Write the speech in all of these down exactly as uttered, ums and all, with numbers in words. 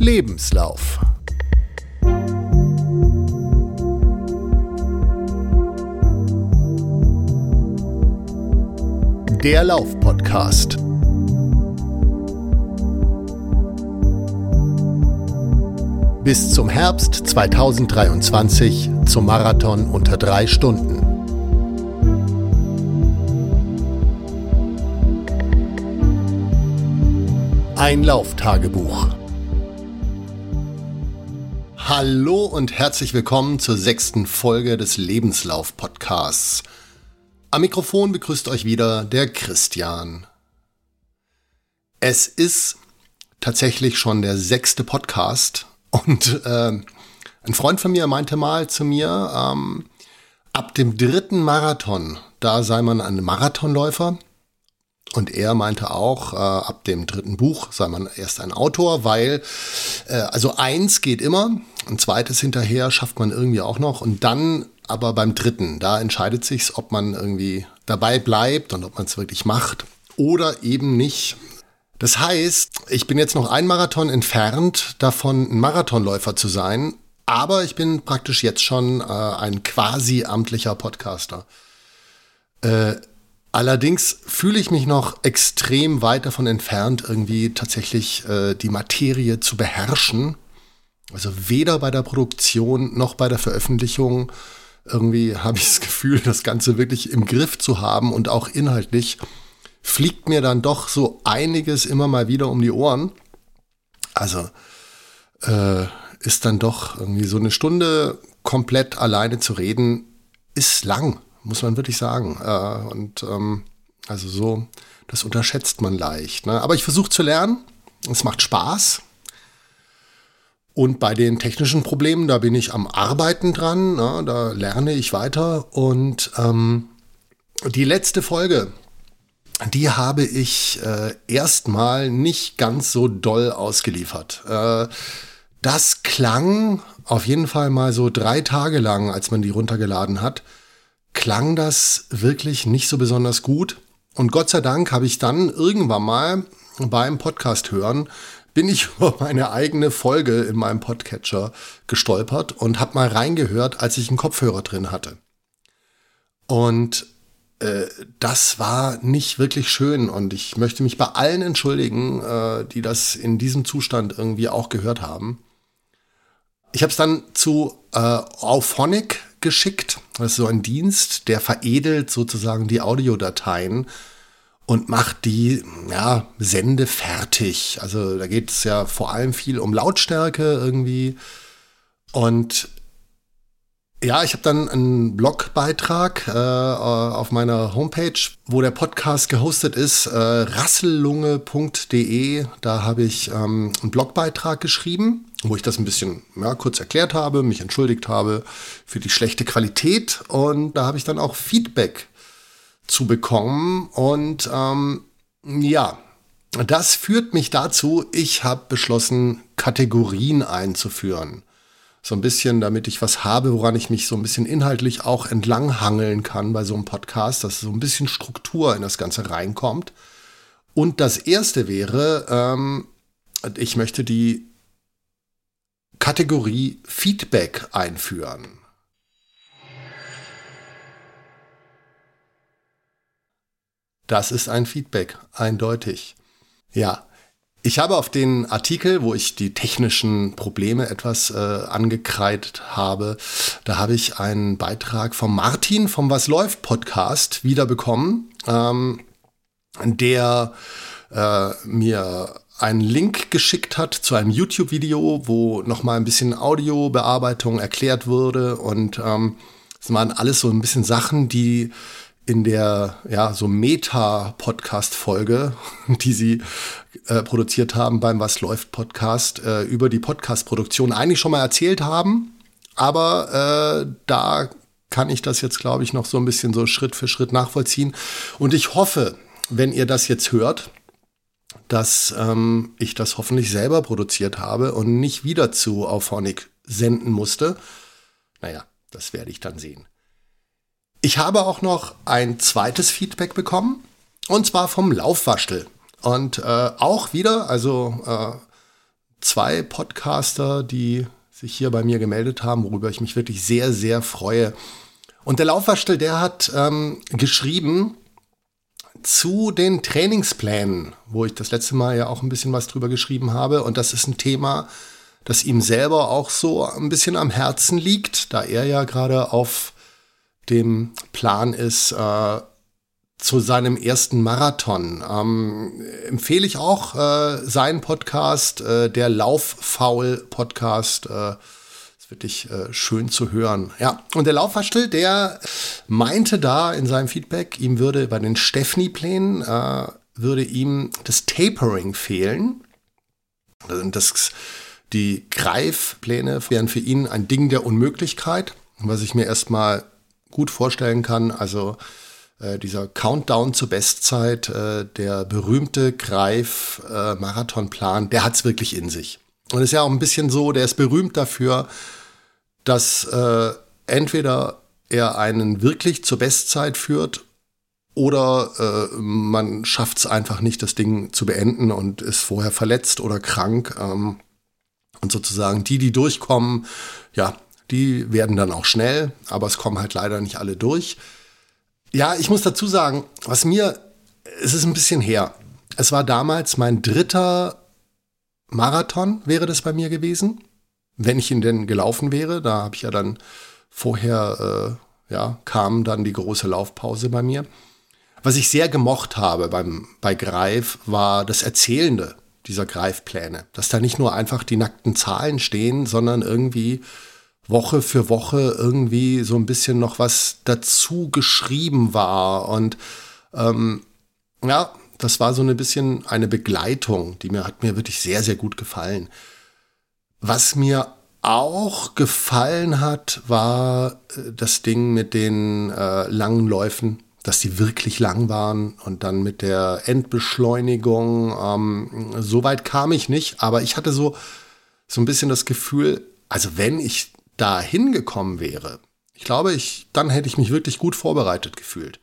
Lebenslauf. Der Lauf-Podcast. Bis zum Herbst zweitausenddreiundzwanzig zum Marathon unter drei Stunden. Ein Lauftagebuch. Hallo und herzlich willkommen zur sechsten Folge des Lebenslauf-Podcasts. Am Mikrofon begrüßt euch wieder der Christian. Es ist tatsächlich schon der sechste Podcast und äh, ein Freund von mir meinte mal zu mir, ähm, ab dem dritten Marathon, da sei man ein Marathonläufer. Und er meinte auch, äh, ab dem dritten Buch sei man erst ein Autor, weil, äh, also eins geht immer, ein zweites hinterher schafft man irgendwie auch noch. Und dann aber beim dritten, da entscheidet sich's, ob man irgendwie dabei bleibt und ob man es wirklich macht oder eben nicht. Das heißt, ich bin jetzt noch ein Marathon entfernt, davon ein Marathonläufer zu sein, aber ich bin praktisch jetzt schon äh, ein quasi amtlicher Podcaster. Äh, Allerdings fühle ich mich noch extrem weit davon entfernt, irgendwie tatsächlich äh, die Materie zu beherrschen. Also weder bei der Produktion noch bei der Veröffentlichung. Irgendwie habe ich das Gefühl, das Ganze wirklich im Griff zu haben und auch inhaltlich fliegt mir dann doch so einiges immer mal wieder um die Ohren. Also äh, ist dann doch irgendwie so eine Stunde komplett alleine zu reden, ist lang. Muss man wirklich sagen. Äh, und ähm, also so, das unterschätzt man leicht. Ne? Aber ich versuche zu lernen. Es macht Spaß. Und bei den technischen Problemen, da bin ich am Arbeiten dran. Ne? Da lerne ich weiter. Und ähm, die letzte Folge, die habe ich äh, erstmal nicht ganz so doll ausgeliefert. Äh, das klang auf jeden Fall mal so drei Tage lang, als man die runtergeladen hat, klang das wirklich nicht so besonders gut. Und Gott sei Dank habe ich dann irgendwann mal beim Podcast hören, bin ich über meine eigene Folge in meinem Podcatcher gestolpert und habe mal reingehört, als ich einen Kopfhörer drin hatte. Und äh, das war nicht wirklich schön und ich möchte mich bei allen entschuldigen, äh, die das in diesem Zustand irgendwie auch gehört haben. Ich habe es dann zu äh, Auphonic geschickt. Das ist so ein Dienst, der veredelt sozusagen die Audiodateien und macht die, ja, sendefertig. Also da geht es ja vor allem viel um Lautstärke irgendwie. Und ja, ich habe dann einen Blogbeitrag äh, auf meiner Homepage, wo der Podcast gehostet ist, äh, rassellunge punkt de. Da habe ich ähm, einen Blogbeitrag geschrieben, wo ich das ein bisschen ja, kurz erklärt habe, mich entschuldigt habe für die schlechte Qualität. Und da habe ich dann auch Feedback zu bekommen. Und ähm, ja, das führt mich dazu, ich habe beschlossen, Kategorien einzuführen. So ein bisschen, damit ich was habe, woran ich mich so ein bisschen inhaltlich auch entlanghangeln kann bei so einem Podcast, dass so ein bisschen Struktur in das Ganze reinkommt. Und das erste wäre, ähm, ich möchte die Kategorie Feedback einführen. Das ist ein Feedback, eindeutig. Ja. Ich habe auf den Artikel, wo ich die technischen Probleme etwas äh, angekreidet habe, da habe ich einen Beitrag von Martin vom Was läuft Podcast wiederbekommen, ähm, der äh, mir einen Link geschickt hat zu einem YouTube-Video, wo nochmal ein bisschen Audiobearbeitung erklärt wurde und ähm, es waren alles so ein bisschen Sachen, die in der ja so Meta-Podcast-Folge, die sie äh, produziert haben beim Was läuft Podcast, äh, über die Podcast-Produktion eigentlich schon mal erzählt haben. Aber äh, da kann ich das jetzt, glaube ich, noch so ein bisschen so Schritt für Schritt nachvollziehen. Und ich hoffe, wenn ihr das jetzt hört, dass ähm, ich das hoffentlich selber produziert habe und nicht wieder zu Auphonic senden musste. Naja, das werde ich dann sehen. Ich habe auch noch ein zweites Feedback bekommen, und zwar vom Laufwaschel. Und äh, auch wieder, also äh, zwei Podcaster, die sich hier bei mir gemeldet haben, worüber ich mich wirklich sehr, sehr freue. Und der Laufwaschel, der hat ähm, geschrieben zu den Trainingsplänen, wo ich das letzte Mal ja auch ein bisschen was drüber geschrieben habe. Und das ist ein Thema, das ihm selber auch so ein bisschen am Herzen liegt, da er ja gerade auf dem Plan ist, äh, zu seinem ersten Marathon. Ähm, empfehle ich auch äh, seinen Podcast, äh, der Lauffaul-Podcast. Äh, ist wirklich äh, schön zu hören. Ja, und der Laufwaschel, der meinte da in seinem Feedback, ihm würde bei den Steffni-Plänen äh, würde ihm das Tapering fehlen. Das, die Greifpläne wären für ihn ein Ding der Unmöglichkeit, was ich mir erstmal gut vorstellen kann. Also äh, dieser Countdown zur Bestzeit, äh, der berühmte Greif-Marathonplan, äh, der hat es wirklich in sich. Und ist ja auch ein bisschen so, der ist berühmt dafür, dass äh, entweder er einen wirklich zur Bestzeit führt oder äh, man schafft es einfach nicht, das Ding zu beenden und ist vorher verletzt oder krank. Ähm, und sozusagen die, die durchkommen, ja, die werden dann auch schnell, aber es kommen halt leider nicht alle durch. Ja, ich muss dazu sagen, was mir, es ist ein bisschen her. Es war damals mein dritter Marathon, wäre das bei mir gewesen, wenn ich ihn denn gelaufen wäre. Da habe ich ja dann vorher, äh, ja, kam dann die große Laufpause bei mir. Was ich sehr gemocht habe beim, bei Greif, war das Erzählende dieser Greifpläne. Dass da nicht nur einfach die nackten Zahlen stehen, sondern irgendwie Woche für Woche irgendwie so ein bisschen noch was dazu geschrieben war. Und ähm, ja, das war so ein bisschen eine Begleitung, die mir hat mir wirklich sehr, sehr gut gefallen. Was mir auch gefallen hat, war äh, das Ding mit den äh, langen Läufen, dass die wirklich lang waren und dann mit der Endbeschleunigung. Ähm, so weit kam ich nicht, aber ich hatte so, so ein bisschen das Gefühl, also wenn ich da hingekommen wäre, ich glaube, ich, dann hätte ich mich wirklich gut vorbereitet gefühlt.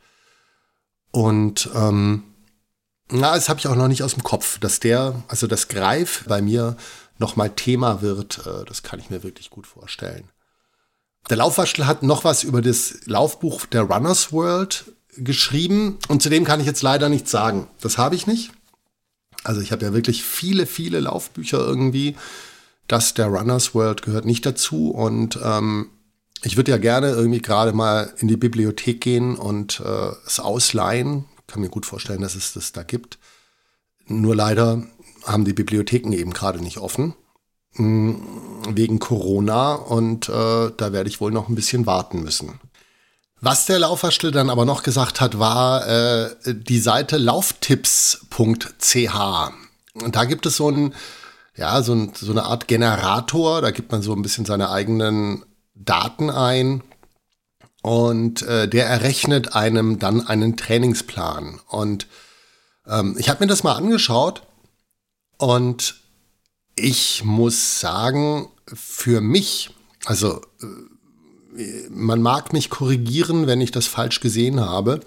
Und ähm, na, das habe ich auch noch nicht aus dem Kopf, dass der, also das Greif bei mir nochmal Thema wird, äh, das kann ich mir wirklich gut vorstellen. Der Laufwaschel hat noch was über das Laufbuch der Runner's World geschrieben und zu dem kann ich jetzt leider nichts sagen. Das habe ich nicht. Also ich habe ja wirklich viele, viele Laufbücher irgendwie. Das der Runner's World gehört nicht dazu und ähm, ich würde ja gerne irgendwie gerade mal in die Bibliothek gehen und äh, es ausleihen. Ich kann mir gut vorstellen, dass es das da gibt. Nur leider haben die Bibliotheken eben gerade nicht offen, mh, wegen Corona und äh, da werde ich wohl noch ein bisschen warten müssen. Was der Laufwaschel dann aber noch gesagt hat, war äh, die Seite lauftipps punkt c h. Und da gibt es so ein Ja, so, ein, so eine Art Generator, da gibt man so ein bisschen seine eigenen Daten ein und äh, der errechnet einem dann einen Trainingsplan. Und ähm, ich habe mir das mal angeschaut und ich muss sagen, für mich, also äh, man mag mich korrigieren, wenn ich das falsch gesehen habe,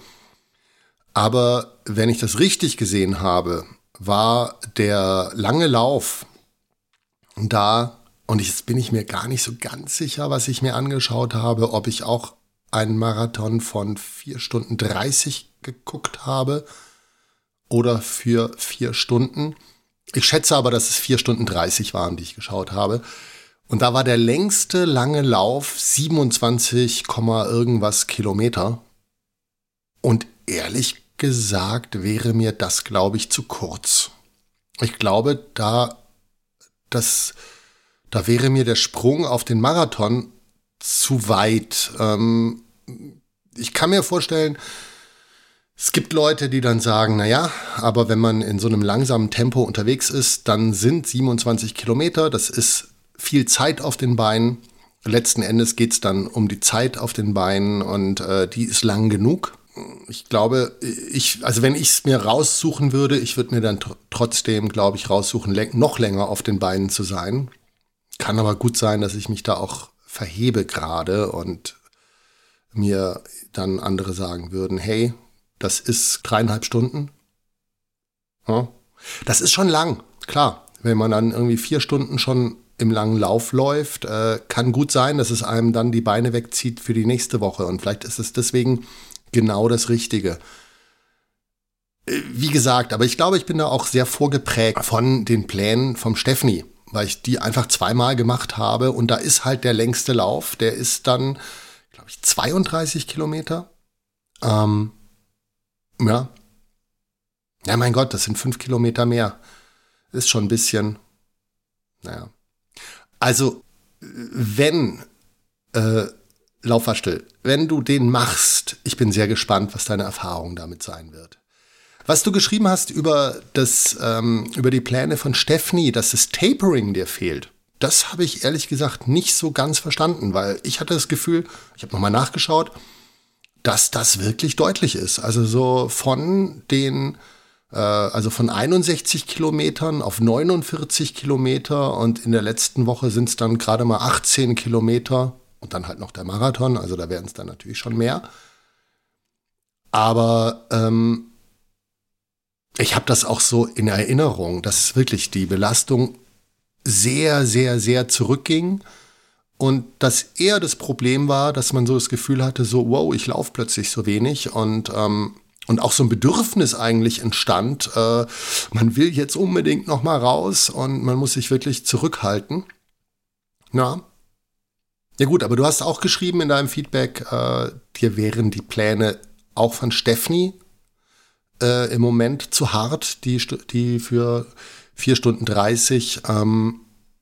aber wenn ich das richtig gesehen habe, war der lange Lauf da, und jetzt bin ich mir gar nicht so ganz sicher, was ich mir angeschaut habe, ob ich auch einen Marathon von vier Stunden dreißig geguckt habe oder für vier Stunden. Ich schätze aber, dass es vier Stunden dreißig waren, die ich geschaut habe. Und da war der längste lange Lauf siebenundzwanzig, irgendwas Kilometer. Und ehrlich gesagt wäre mir das, glaube ich, zu kurz. Ich glaube, da Das, da wäre mir der Sprung auf den Marathon zu weit. Ähm, ich kann mir vorstellen, es gibt Leute, die dann sagen, naja, aber wenn man in so einem langsamen Tempo unterwegs ist, dann sind siebenundzwanzig Kilometer, das ist viel Zeit auf den Beinen. Letzten Endes geht es dann um die Zeit auf den Beinen und äh, die ist lang genug. Ich glaube, ich, also wenn ich es mir raussuchen würde, ich würde mir dann tr- trotzdem, glaube ich, raussuchen, le- noch länger auf den Beinen zu sein. Kann aber gut sein, dass ich mich da auch verhebe gerade und mir dann andere sagen würden, hey, das ist dreieinhalb Stunden. Ja. Das ist schon lang, klar. wenn man dann irgendwie vier Stunden schon im langen Lauf läuft, äh, kann gut sein, dass es einem dann die Beine wegzieht für die nächste Woche. Und vielleicht ist es deswegen genau das Richtige. Wie gesagt, aber ich glaube, ich bin da auch sehr vorgeprägt von den Plänen vom Steffni, weil ich die einfach zweimal gemacht habe. Und da ist halt der längste Lauf, der ist dann, glaube ich, zweiunddreißig Kilometer. Ähm, ja. Ja, mein Gott, das sind fünf Kilometer mehr. Ist schon ein bisschen, naja. Also, wenn, äh, Laufwaschel, wenn du den machst, ich bin sehr gespannt, was deine Erfahrung damit sein wird. Was du geschrieben hast über, das, ähm, über die Pläne von Steffni, dass das Tapering dir fehlt, das habe ich ehrlich gesagt nicht so ganz verstanden, weil ich hatte das Gefühl, ich habe nochmal nachgeschaut, dass das wirklich deutlich ist. Also so von den, äh, also von einundsechzig Kilometern auf neunundvierzig Kilometer und in der letzten Woche sind es dann gerade mal achtzehn Kilometer und dann halt noch der Marathon, also da werden es dann natürlich schon mehr. Aber ähm, ich habe das auch so in Erinnerung, dass wirklich die Belastung sehr, sehr, sehr zurückging und dass eher das Problem war, dass man so das Gefühl hatte, so wow, ich laufe plötzlich so wenig und, ähm, und auch so ein Bedürfnis eigentlich entstand, äh, man will jetzt unbedingt noch mal raus und man muss sich wirklich zurückhalten. Ja. Ja gut, aber du hast auch geschrieben in deinem Feedback, äh, dir wären die Pläne auch von Steffni Äh, im Moment zu hart, die, die für vier Stunden dreißig. Ähm,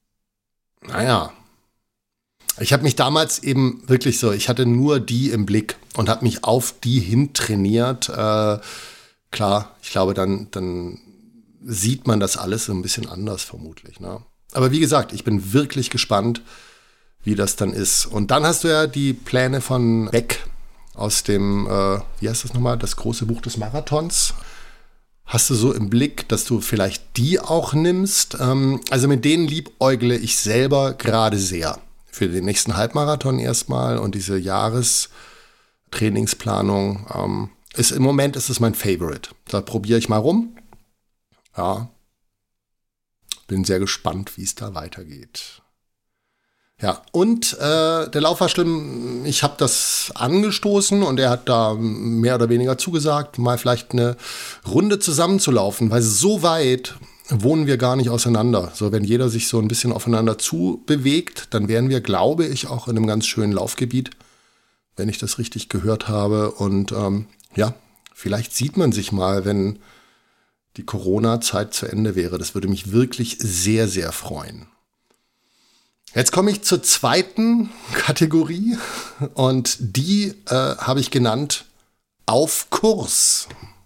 naja, ich habe mich damals eben wirklich so, ich hatte nur die im Blick und habe mich auf die hin trainiert. Äh, klar, ich glaube, dann, dann sieht man das alles so ein bisschen anders vermutlich. Ne? Aber wie gesagt, ich bin wirklich gespannt, wie das dann ist. Und dann hast du ja die Pläne von Beck aus dem, äh, wie heißt das nochmal, das große Buch des Marathons. Hast du so im Blick, dass du vielleicht die auch nimmst? Ähm, also mit denen liebäugle ich selber gerade sehr. Für den nächsten Halbmarathon erstmal und diese Jahrestrainingsplanung. Ähm, ist, im Moment ist es mein Favorite. Da probiere ich mal rum. Ja. Bin sehr gespannt, wie es da weitergeht. Ja, und äh, der Laufwaschel, ich habe das angestoßen und er hat da mehr oder weniger zugesagt, mal vielleicht eine Runde zusammenzulaufen, weil so weit wohnen wir gar nicht auseinander. So, wenn jeder sich so ein bisschen aufeinander zubewegt, dann wären wir, glaube ich, auch in einem ganz schönen Laufgebiet, wenn ich das richtig gehört habe. Und ähm, ja, vielleicht sieht man sich mal, wenn die Corona-Zeit zu Ende wäre. Das würde mich wirklich sehr, sehr freuen. Jetzt komme ich zur zweiten Kategorie und die äh, habe ich genannt auf Kurs.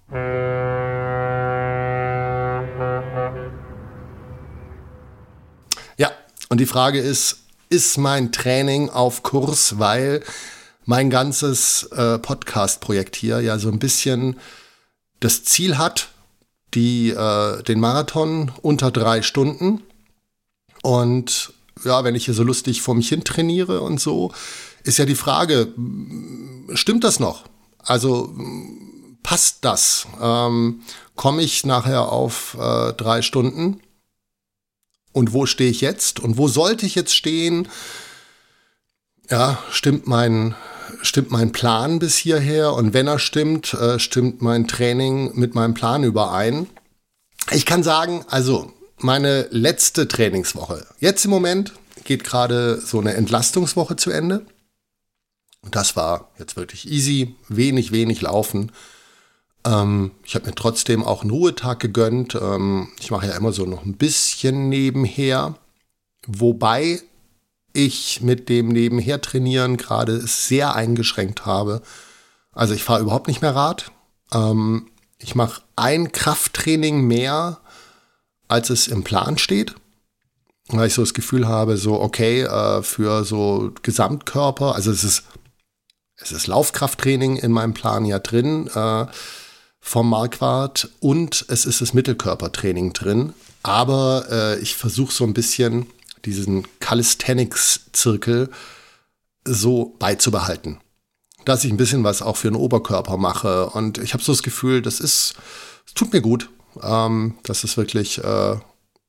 Ja, und die Frage ist, ist mein Training auf Kurs, weil mein ganzes äh, Podcast-Projekt hier ja so ein bisschen das Ziel hat, die, äh, den Marathon unter drei Stunden und ja, wenn ich hier so lustig vor mich hin trainiere und so, ist ja die Frage, stimmt das noch? Also passt das? Ähm, komme ich nachher auf äh, drei Stunden? Und wo stehe ich jetzt? Und wo sollte ich jetzt stehen? Ja, stimmt mein, stimmt mein Plan bis hierher? Und wenn er stimmt, äh, stimmt mein Training mit meinem Plan überein? Ich kann sagen, also meine letzte Trainingswoche. Jetzt im Moment geht gerade so eine Entlastungswoche zu Ende. Und das war jetzt wirklich easy, wenig, wenig laufen. Ähm, ich habe mir trotzdem auch einen Ruhetag gegönnt. Ähm, ich mache ja immer so noch ein bisschen nebenher. Wobei ich mit dem Nebenher trainieren gerade sehr eingeschränkt habe. Also ich fahre überhaupt nicht mehr Rad. Ähm, ich mache ein Krafttraining mehr, als es im Plan steht, weil ich so das Gefühl habe, so okay, äh, für so Gesamtkörper, also es ist, es ist Laufkrafttraining in meinem Plan ja drin, äh, vom Marquardt und es ist das Mittelkörpertraining drin, aber äh, ich versuche so ein bisschen diesen Calisthenics-Zirkel so beizubehalten, dass ich ein bisschen was auch für den Oberkörper mache und ich habe so das Gefühl, das ist, es tut mir gut. Ähm, dass es wirklich äh,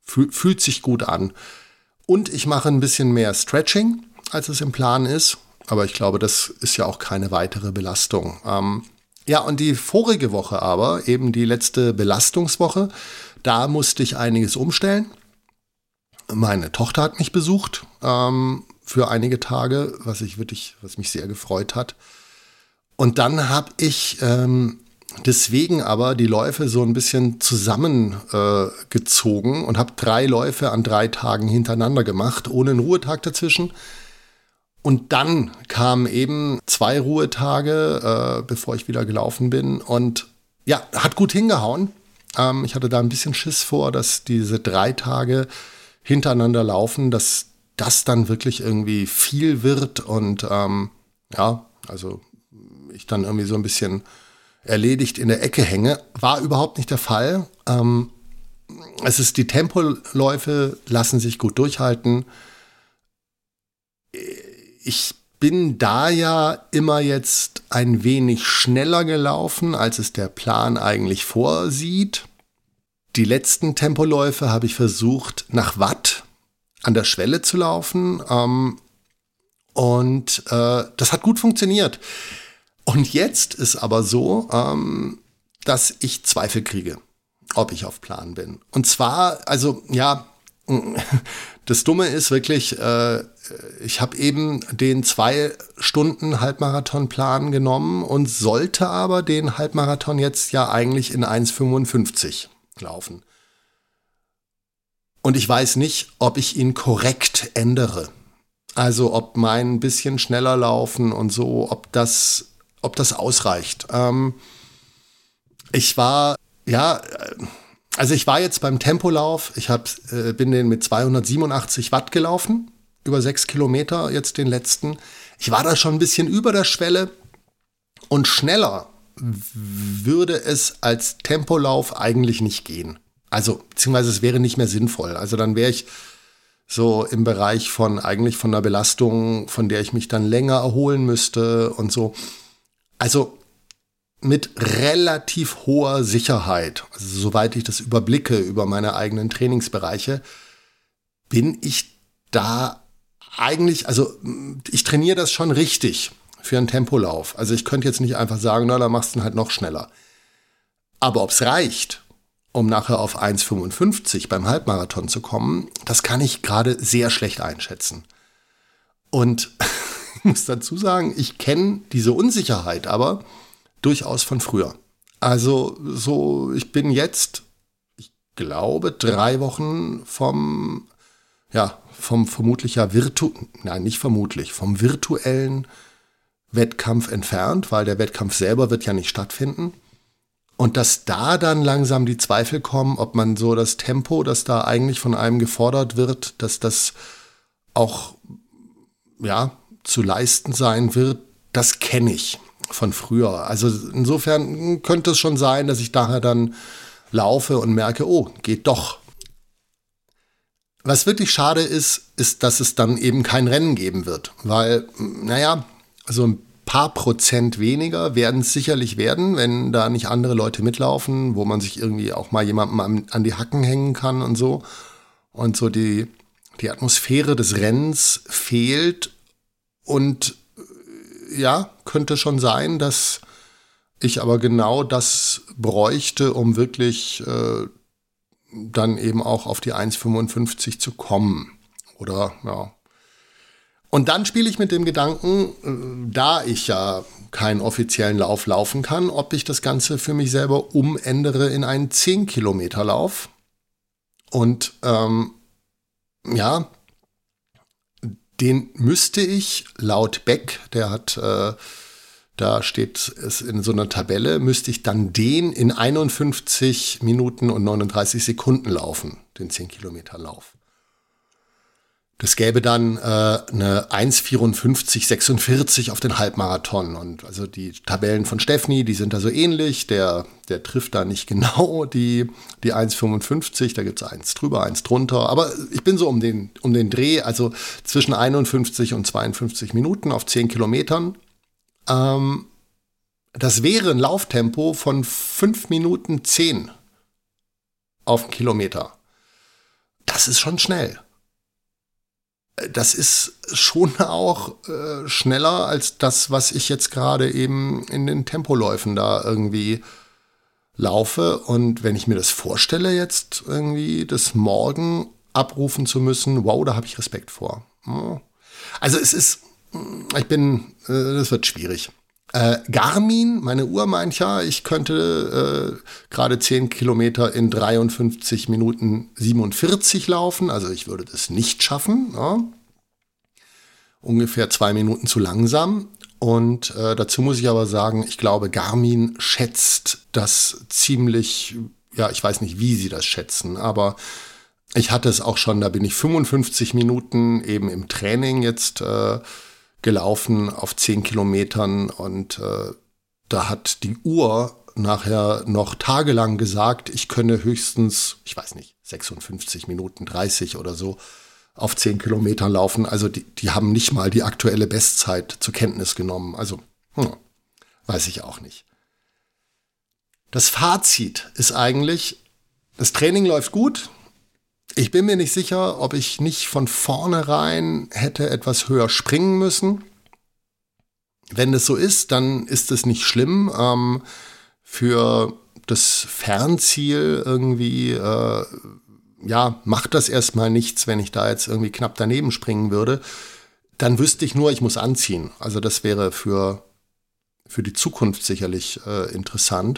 Fühl, fühlt sich gut an. Und ich mache ein bisschen mehr Stretching, als es im Plan ist. Aber ich glaube, das ist ja auch keine weitere Belastung. Ähm, ja, und die vorige Woche aber, eben die letzte Belastungswoche, da musste ich einiges umstellen. Meine Tochter hat mich besucht ähm, für einige Tage, was ich wirklich, was mich sehr gefreut hat. Und dann habe ich ähm, deswegen aber die Läufe so ein bisschen zusammengezogen äh, gezogen und habe drei Läufe an drei Tagen hintereinander gemacht, ohne einen Ruhetag dazwischen. Und dann kamen eben zwei Ruhetage, äh, bevor ich wieder gelaufen bin. Und ja, hat gut hingehauen. Ähm, ich hatte da ein bisschen Schiss vor, dass diese drei Tage hintereinander laufen, dass das dann wirklich irgendwie viel wird. Und ähm, ja, also ich dann irgendwie so ein bisschen erledigt in der Ecke hänge. War überhaupt nicht der Fall. Ähm, es ist, die Tempoläufe lassen sich gut durchhalten. Ich bin da ja immer jetzt ein wenig schneller gelaufen, als es der Plan eigentlich vorsieht. Die letzten Tempoläufe habe ich versucht, nach Watt an der Schwelle zu laufen. Ähm, und äh, das hat gut funktioniert. Und jetzt ist aber so, ähm, dass ich Zweifel kriege, ob ich auf Plan bin. Und zwar, also ja, das Dumme ist wirklich, äh, ich habe eben den zwei Stunden Halbmarathonplan genommen und sollte aber den Halbmarathon jetzt ja eigentlich in eins fünfundfünfzig laufen. Und ich weiß nicht, ob ich ihn korrekt ändere. Also ob mein bisschen schneller laufen und so, ob das, ob das ausreicht. Ähm, ich war, ja, also ich war jetzt beim Tempolauf. Ich hab, äh, bin den mit zweihundertsiebenundachtzig Watt gelaufen, über sechs Kilometer jetzt den letzten. Ich war da schon ein bisschen über der Schwelle und schneller würde es als Tempolauf eigentlich nicht gehen. Also, beziehungsweise es wäre nicht mehr sinnvoll. Also dann wäre ich so im Bereich von eigentlich von einer Belastung, von der ich mich dann länger erholen müsste und so. Also mit relativ hoher Sicherheit, also soweit ich das überblicke über meine eigenen Trainingsbereiche, bin ich da eigentlich, also ich trainiere das schon richtig für einen Tempolauf. Also ich könnte jetzt nicht einfach sagen, na, da machst du ihn halt noch schneller. Aber ob es reicht, um nachher auf eins fünfundfünfzig beim Halbmarathon zu kommen, das kann ich gerade sehr schlecht einschätzen. Und ich muss dazu sagen, ich kenne diese Unsicherheit aber durchaus von früher. Also so, ich bin jetzt, ich glaube, drei Wochen vom, ja, vom vermutlich ja virtu, nein, nicht vermutlich, vom virtuellen Wettkampf entfernt, weil der Wettkampf selber wird ja nicht stattfinden. Und dass da dann langsam die Zweifel kommen, ob man so das Tempo, das da eigentlich von einem gefordert wird, dass das auch, ja, zu leisten sein wird, das kenne ich von früher. Also insofern könnte es schon sein, dass ich daher dann laufe und merke, oh, geht doch. Was wirklich schade ist, ist, dass es dann eben kein Rennen geben wird, weil, naja, so ein paar Prozent weniger werden es sicherlich werden, wenn da nicht andere Leute mitlaufen, wo man sich irgendwie auch mal jemandem an, an die Hacken hängen kann und so. Und so die, die Atmosphäre des Rennens fehlt. Und ja, könnte schon sein, dass ich aber genau das bräuchte, um wirklich äh, dann eben auch auf die eins fünfundfünfzig zu kommen. Oder ja. Und dann spiele ich mit dem Gedanken, da ich ja keinen offiziellen Lauf laufen kann, ob ich das Ganze für mich selber umändere in einen zehn Kilometer Lauf. Und ähm, ja, den müsste ich laut Beck, der hat, äh, da steht es in so einer Tabelle, müsste ich dann den in einundfünfzig Minuten und neununddreißig Sekunden laufen, den zehn Kilometer Lauf. Das gäbe dann äh, eine eins vierundfünfzig sechsundvierzig auf den Halbmarathon. Und also die Tabellen von Steffni, die sind da so ähnlich. Der, der trifft da nicht genau die, die eins fünfundfünfzig. Da gibt es eins drüber, eins drunter. Aber ich bin so um den, um den Dreh, also zwischen einundfünfzig und zweiundfünfzig Minuten auf zehn Kilometern. Ähm, das wäre ein Lauftempo von fünf Minuten zehn auf einen Kilometer. das ist schon schnell. Das ist schon auch äh, schneller als das, was ich jetzt gerade eben in den Tempoläufen da irgendwie laufe. Und wenn ich mir das vorstelle, jetzt irgendwie das morgen abrufen zu müssen, wow, da habe ich Respekt vor. Also es ist, ich bin, äh, das wird schwierig. Äh, Garmin, meine Uhr meint ja, ich könnte äh, gerade zehn Kilometer in dreiundfünfzig Minuten siebenundvierzig laufen. Also ich würde das nicht schaffen. Ja. Ungefähr zwei Minuten zu langsam. Und äh, dazu muss ich aber sagen, ich glaube, Garmin schätzt das ziemlich, ja, ich weiß nicht, wie sie das schätzen, aber ich hatte es auch schon, da bin ich fünfundfünfzig Minuten eben im Training jetzt äh, gelaufen auf zehn Kilometern und äh, da hat die Uhr nachher noch tagelang gesagt, ich könne höchstens, ich weiß nicht, sechsundfünfzig Minuten, dreißig oder so auf zehn Kilometern laufen. Also die, die haben nicht mal die aktuelle Bestzeit zur Kenntnis genommen. Also hm, weiß ich auch nicht. Das Fazit ist eigentlich, das Training läuft gut. Ich bin mir nicht sicher, ob ich nicht von vornherein hätte etwas höher springen müssen. Wenn das so ist, dann ist es nicht schlimm. Ähm, für das Fernziel irgendwie, äh, ja, macht das erstmal nichts, wenn ich da jetzt irgendwie knapp daneben springen würde. Dann wüsste ich nur, ich muss anziehen. Also das wäre für, für die Zukunft sicherlich äh, interessant.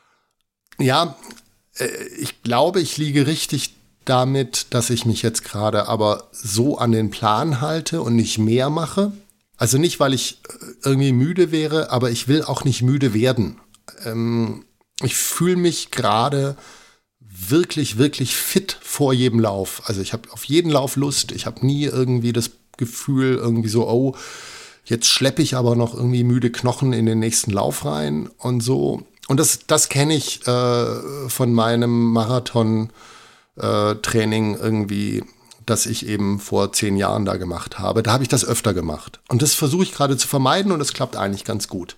Ja, äh, ich glaube, ich liege richtig damit, dass ich mich jetzt gerade aber so an den Plan halte und nicht mehr mache. Also nicht, weil ich irgendwie müde wäre, aber ich will auch nicht müde werden. Ähm, ich fühle mich gerade wirklich, wirklich fit vor jedem Lauf. Also ich habe auf jeden Lauf Lust. Ich habe nie irgendwie das Gefühl, irgendwie so, oh, jetzt schleppe ich aber noch irgendwie müde Knochen in den nächsten Lauf rein und so. Und das, das kenne ich äh, von meinem Marathon Äh, Training irgendwie, das ich eben vor zehn Jahren da gemacht habe. Da habe ich das öfter gemacht. Und das versuche ich gerade zu vermeiden und es klappt eigentlich ganz gut.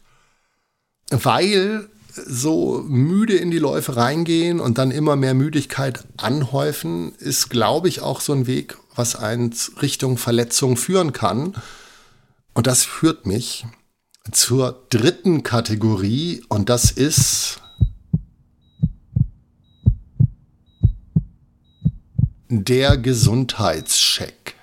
Weil so müde in die Läufe reingehen und dann immer mehr Müdigkeit anhäufen, ist, glaube ich, auch so ein Weg, was einen Richtung Verletzung führen kann. Und das führt mich zur dritten Kategorie und das ist der Gesundheitscheck.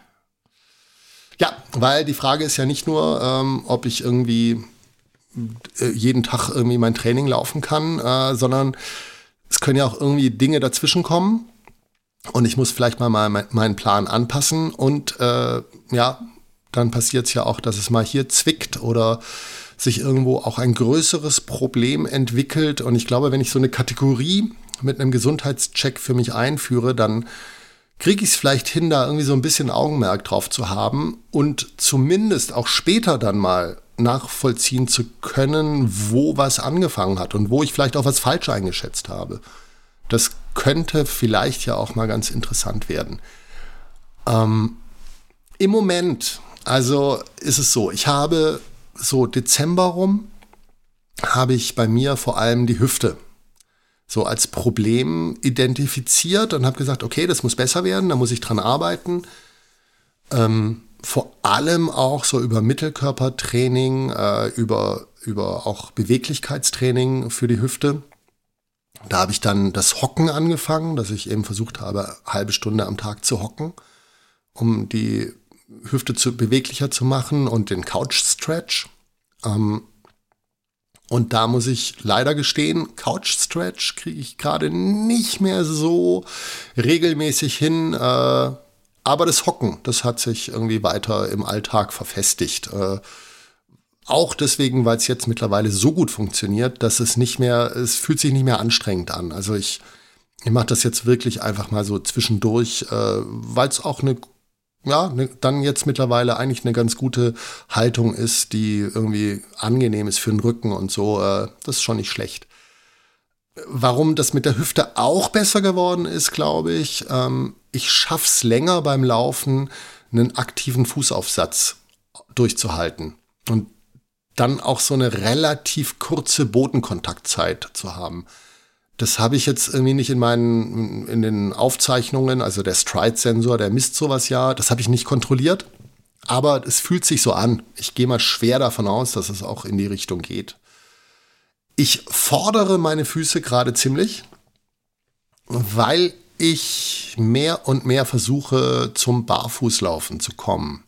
Ja, weil die Frage ist ja nicht nur, ähm, ob ich irgendwie äh, jeden Tag irgendwie mein Training laufen kann, äh, sondern es können ja auch irgendwie Dinge dazwischen kommen und ich muss vielleicht mal, mal meinen Plan anpassen und äh, ja, dann passiert es ja auch, dass es mal hier zwickt oder sich irgendwo auch ein größeres Problem entwickelt und ich glaube, wenn ich so eine Kategorie mit einem Gesundheitscheck für mich einführe, dann kriege ich es vielleicht hin, da irgendwie so ein bisschen Augenmerk drauf zu haben und zumindest auch später dann mal nachvollziehen zu können, wo was angefangen hat und wo ich vielleicht auch was falsch eingeschätzt habe. Das könnte vielleicht ja auch mal ganz interessant werden. Ähm, im Moment, also ist es so, ich habe so Dezember rum, habe ich bei mir vor allem die Hüfte so als Problem identifiziert und habe gesagt, okay, das muss besser werden, da muss ich dran arbeiten. Ähm, vor allem auch so über Mittelkörpertraining, äh, über, über auch Beweglichkeitstraining für die Hüfte. Da habe ich dann das Hocken angefangen, dass ich eben versucht habe, eine halbe Stunde am Tag zu hocken, um die Hüfte zu, beweglicher zu machen und den Couch-Stretch. Ähm, Und da muss ich leider gestehen, Couch Stretch kriege ich gerade nicht mehr so regelmäßig hin. Äh, aber das Hocken, das hat sich irgendwie weiter im Alltag verfestigt. Äh, auch deswegen, weil es jetzt mittlerweile so gut funktioniert, dass es nicht mehr, es fühlt sich nicht mehr anstrengend an. Also ich, ich mache das jetzt wirklich einfach mal so zwischendurch, äh, weil es auch eine ja, ne, dann jetzt mittlerweile eigentlich eine ganz gute Haltung ist, die irgendwie angenehm ist für den Rücken und so. Äh, das ist schon nicht schlecht. Warum das mit der Hüfte auch besser geworden ist, glaube ich, ähm, ich schaff's länger beim Laufen, einen aktiven Fußaufsatz durchzuhalten und dann auch so eine relativ kurze Bodenkontaktzeit zu haben. Das habe ich jetzt irgendwie nicht in meinen, in den Aufzeichnungen, also der Stride-Sensor, der misst sowas ja, das habe ich nicht kontrolliert, aber es fühlt sich so an. Ich gehe mal schwer davon aus, dass es auch in die Richtung geht. Ich fordere meine Füße gerade ziemlich, weil ich mehr und mehr versuche, zum Barfußlaufen zu kommen.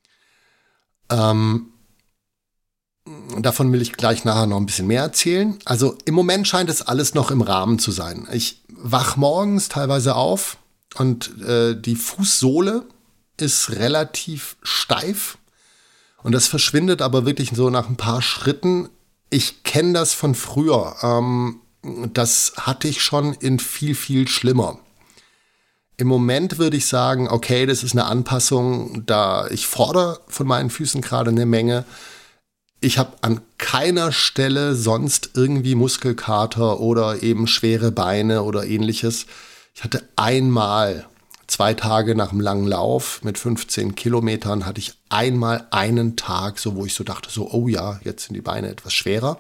Ähm, Davon will ich gleich nachher noch ein bisschen mehr erzählen. Also im Moment scheint es alles noch im Rahmen zu sein. Ich wach morgens teilweise auf und äh, die Fußsohle ist relativ steif und das verschwindet aber wirklich so nach ein paar Schritten. Ich kenne das von früher. Ähm, das hatte ich schon in viel, viel schlimmer. Im Moment würde ich sagen, okay, das ist eine Anpassung, da ich fordere von meinen Füßen gerade eine Menge. Ich habe an keiner Stelle sonst irgendwie Muskelkater oder eben schwere Beine oder ähnliches. Ich hatte einmal, zwei Tage nach einem langen Lauf mit fünfzehn Kilometern, hatte ich einmal einen Tag, so wo ich so dachte, so, oh ja, jetzt sind die Beine etwas schwerer.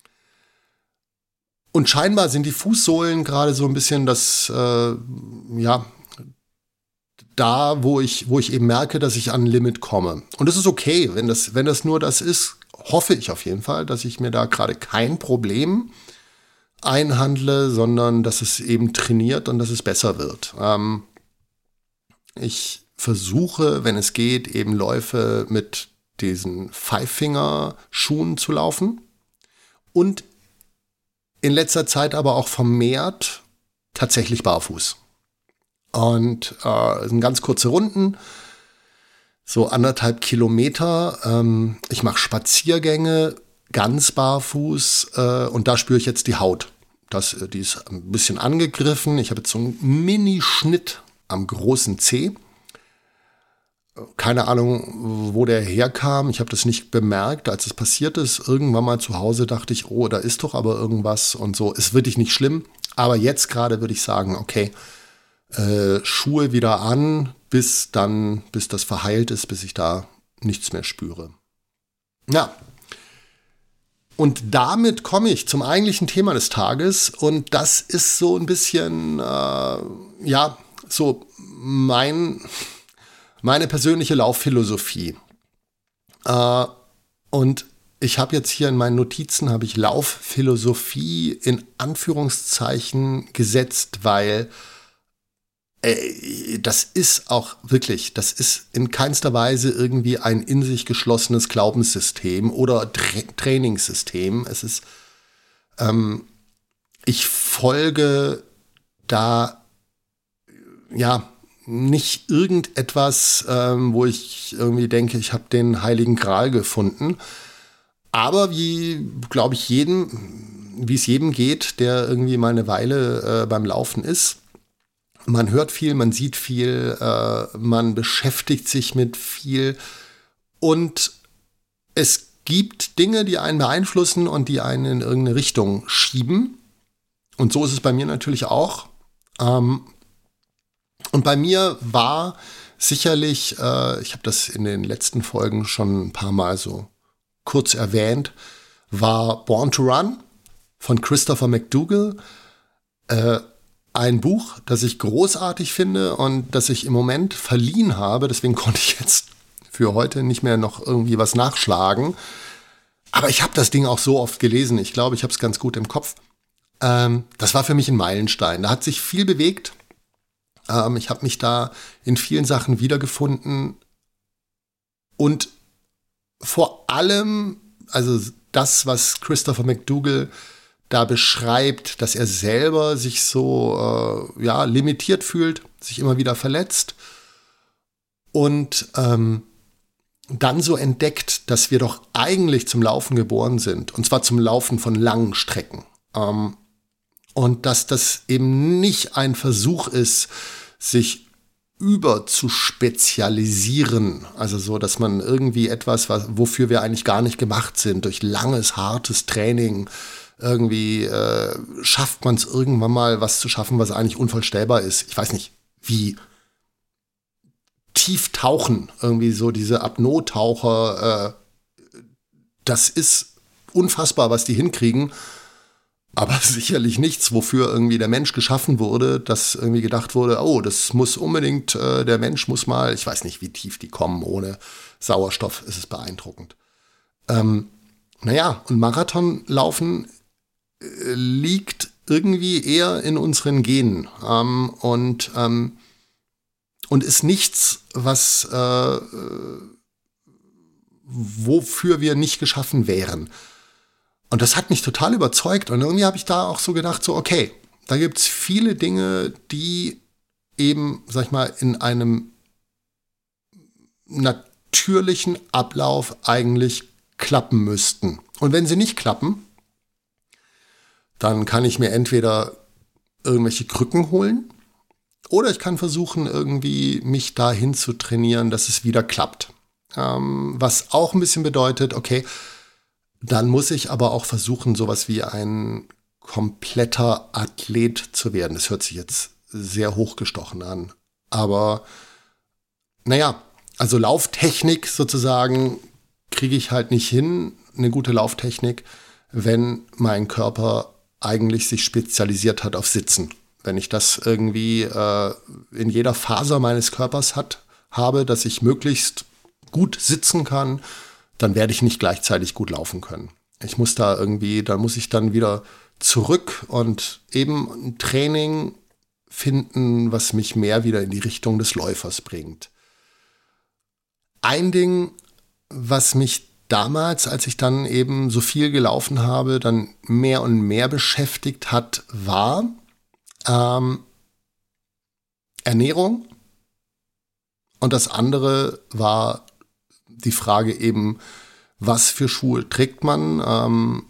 Und scheinbar sind die Fußsohlen gerade so ein bisschen das, äh, ja, da, wo ich, wo ich eben merke, dass ich an ein Limit komme. Und das ist okay, wenn das, wenn das nur das ist, hoffe ich auf jeden Fall, dass ich mir da gerade kein Problem einhandle, sondern dass es eben trainiert und dass es besser wird. Ähm, ich versuche, wenn es geht, eben Läufe mit diesen Five-Finger-Schuhen zu laufen und in letzter Zeit aber auch vermehrt tatsächlich barfuß. Und äh, sind ganz kurze Runden, so anderthalb Kilometer. Ähm, ich mache Spaziergänge ganz barfuß äh, und da spüre ich jetzt die Haut. Das, die ist ein bisschen angegriffen. Ich habe jetzt so einen Mini-Schnitt am großen Zeh. Keine Ahnung, wo der herkam. Ich habe das nicht bemerkt, als es passiert ist. Irgendwann mal zu Hause dachte ich, oh, da ist doch aber irgendwas und so. Ist wirklich nicht schlimm. Aber jetzt gerade würde ich sagen, okay, äh, Schuhe wieder an, bis dann, bis das verheilt ist, bis ich da nichts mehr spüre. Ja. Und damit komme ich zum eigentlichen Thema des Tages. Und das ist so ein bisschen, äh, ja, so mein, meine persönliche Laufphilosophie. Äh, und ich habe jetzt hier in meinen Notizen, habe ich Laufphilosophie in Anführungszeichen gesetzt, weil äh, das ist auch wirklich, das ist in keinster Weise irgendwie ein in sich geschlossenes Glaubenssystem oder Tra- Trainingssystem. Es ist, ähm, ich folge da, ja, nicht irgendetwas, ähm, wo ich irgendwie denke, ich habe den Heiligen Gral gefunden. Aber wie, glaube ich, jedem, wie es jedem geht, der irgendwie mal eine Weile äh, beim Laufen ist, man hört viel, man sieht viel, äh, man beschäftigt sich mit viel und es gibt Dinge, die einen beeinflussen und die einen in irgendeine Richtung schieben. Und so ist es bei mir natürlich auch. Ähm, und bei mir war sicherlich, äh, ich habe das in den letzten Folgen schon ein paar Mal so kurz erwähnt, war Born to Run von Christopher McDougall. Äh, Ein Buch, das ich großartig finde und das ich im Moment verliehen habe. Deswegen konnte ich jetzt für heute nicht mehr noch irgendwie was nachschlagen. Aber ich habe das Ding auch so oft gelesen. Ich glaube, ich habe es ganz gut im Kopf. Ähm, das war für mich ein Meilenstein. Da hat sich viel bewegt. Ähm, ich habe mich da in vielen Sachen wiedergefunden. Und vor allem, also das, was Christopher McDougall da beschreibt, dass er selber sich so äh, ja, limitiert fühlt, sich immer wieder verletzt und ähm, dann so entdeckt, dass wir doch eigentlich zum Laufen geboren sind, und zwar zum Laufen von langen Strecken. Ähm, und dass das eben nicht ein Versuch ist, sich über zu spezialisieren, also so, dass man irgendwie etwas, was, wofür wir eigentlich gar nicht gemacht sind, durch langes, hartes Training irgendwie äh, schafft man es irgendwann mal, was zu schaffen, was eigentlich unvorstellbar ist. Ich weiß nicht, wie tief tauchen, irgendwie so diese Apnoe-Taucher, äh, das ist unfassbar, was die hinkriegen. aber sicherlich nichts, wofür irgendwie der Mensch geschaffen wurde, dass irgendwie gedacht wurde, oh, das muss unbedingt, äh, der Mensch muss mal, ich weiß nicht, wie tief die kommen, ohne Sauerstoff ist es beeindruckend. Ähm, naja, und Marathonlaufen äh, liegt irgendwie eher in unseren Genen ähm, und, ähm, und ist nichts, was äh, wofür wir nicht geschaffen wären. Und das hat mich total überzeugt. Und irgendwie habe ich da auch so gedacht, so okay, da gibt es viele Dinge, die eben, sag ich mal, in einem natürlichen Ablauf eigentlich klappen müssten. Und wenn sie nicht klappen, dann kann ich mir entweder irgendwelche Krücken holen oder ich kann versuchen, irgendwie mich dahin zu trainieren, dass es wieder klappt. Ähm, was auch ein bisschen bedeutet, okay, dann muss ich aber auch versuchen, sowas wie ein kompletter Athlet zu werden. Das hört sich jetzt sehr hochgestochen an. Aber naja, also Lauftechnik sozusagen kriege ich halt nicht hin, eine gute Lauftechnik, wenn mein Körper eigentlich sich spezialisiert hat auf Sitzen. Wenn ich das irgendwie äh, in jeder Faser meines Körpers hat, habe, dass ich möglichst gut sitzen kann, dann werde ich nicht gleichzeitig gut laufen können. Ich muss da irgendwie, da muss ich dann wieder zurück und eben ein Training finden, was mich mehr wieder in die Richtung des Läufers bringt. Ein Ding, was mich damals, als ich dann eben so viel gelaufen habe, dann mehr und mehr beschäftigt hat, war ähm, Ernährung. Und das andere war die Frage eben, was für Schuhe trägt man, ähm,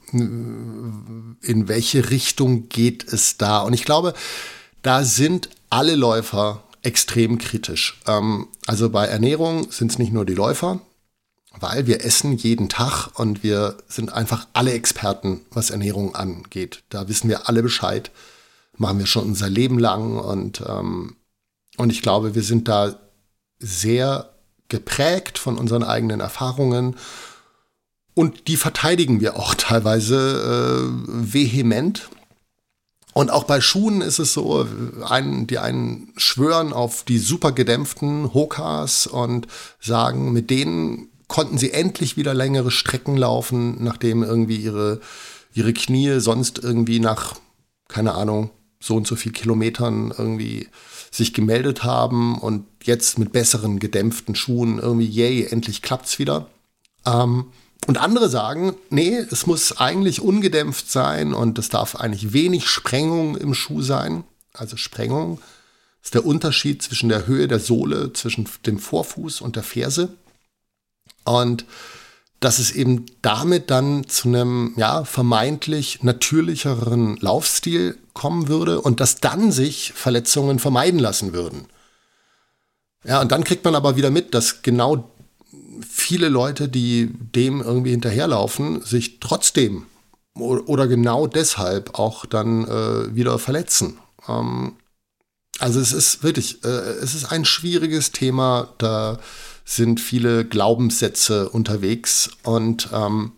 in welche Richtung geht es da? Und ich glaube, da sind alle Läufer extrem kritisch. Ähm, also bei Ernährung sind es nicht nur die Läufer, weil wir essen jeden Tag und wir sind einfach alle Experten, was Ernährung angeht. Da wissen wir alle Bescheid, machen wir schon unser Leben lang und, ähm, und ich glaube, wir sind da sehr geprägt von unseren eigenen Erfahrungen und die verteidigen wir auch teilweise äh, vehement. Und auch bei Schuhen ist es so, ein, die einen schwören auf die super gedämpften Hokas und sagen, mit denen konnten sie endlich wieder längere Strecken laufen, nachdem irgendwie ihre, ihre Knie sonst irgendwie nach, keine Ahnung, so und so viel Kilometern irgendwie sich gemeldet haben und jetzt mit besseren gedämpften Schuhen irgendwie, yay, endlich klappt's wieder. Ähm, und andere sagen, nee, es muss eigentlich ungedämpft sein und es darf eigentlich wenig Sprengung im Schuh sein. Also Sprengung ist der Unterschied zwischen der Höhe der Sohle, zwischen dem Vorfuß und der Ferse. Und dass es eben damit dann zu einem ja, vermeintlich natürlicheren Laufstil kommen würde und dass dann sich Verletzungen vermeiden lassen würden. Ja, und dann kriegt man aber wieder mit, dass genau viele Leute, die dem irgendwie hinterherlaufen, sich trotzdem oder genau deshalb auch dann äh, wieder verletzen. Ähm, also es ist wirklich, äh, es ist ein schwieriges Thema, da sind viele Glaubenssätze unterwegs und, ähm,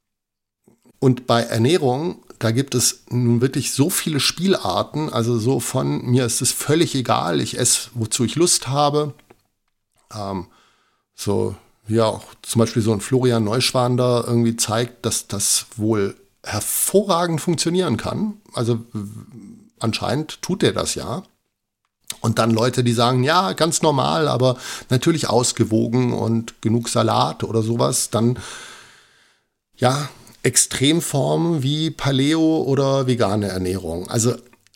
und bei Ernährung, da gibt es nun wirklich so viele Spielarten, also so von mir ist es völlig egal, ich esse, wozu ich Lust habe. Ähm, so, ja, auch zum Beispiel so ein Florian Neuschwan da irgendwie zeigt, dass das wohl hervorragend funktionieren kann. Also anscheinend tut er das ja. Und dann Leute, die sagen, ja, ganz normal, aber natürlich ausgewogen und genug Salat oder sowas. Dann, ja, Extremformen wie Paleo oder vegane Ernährung. Also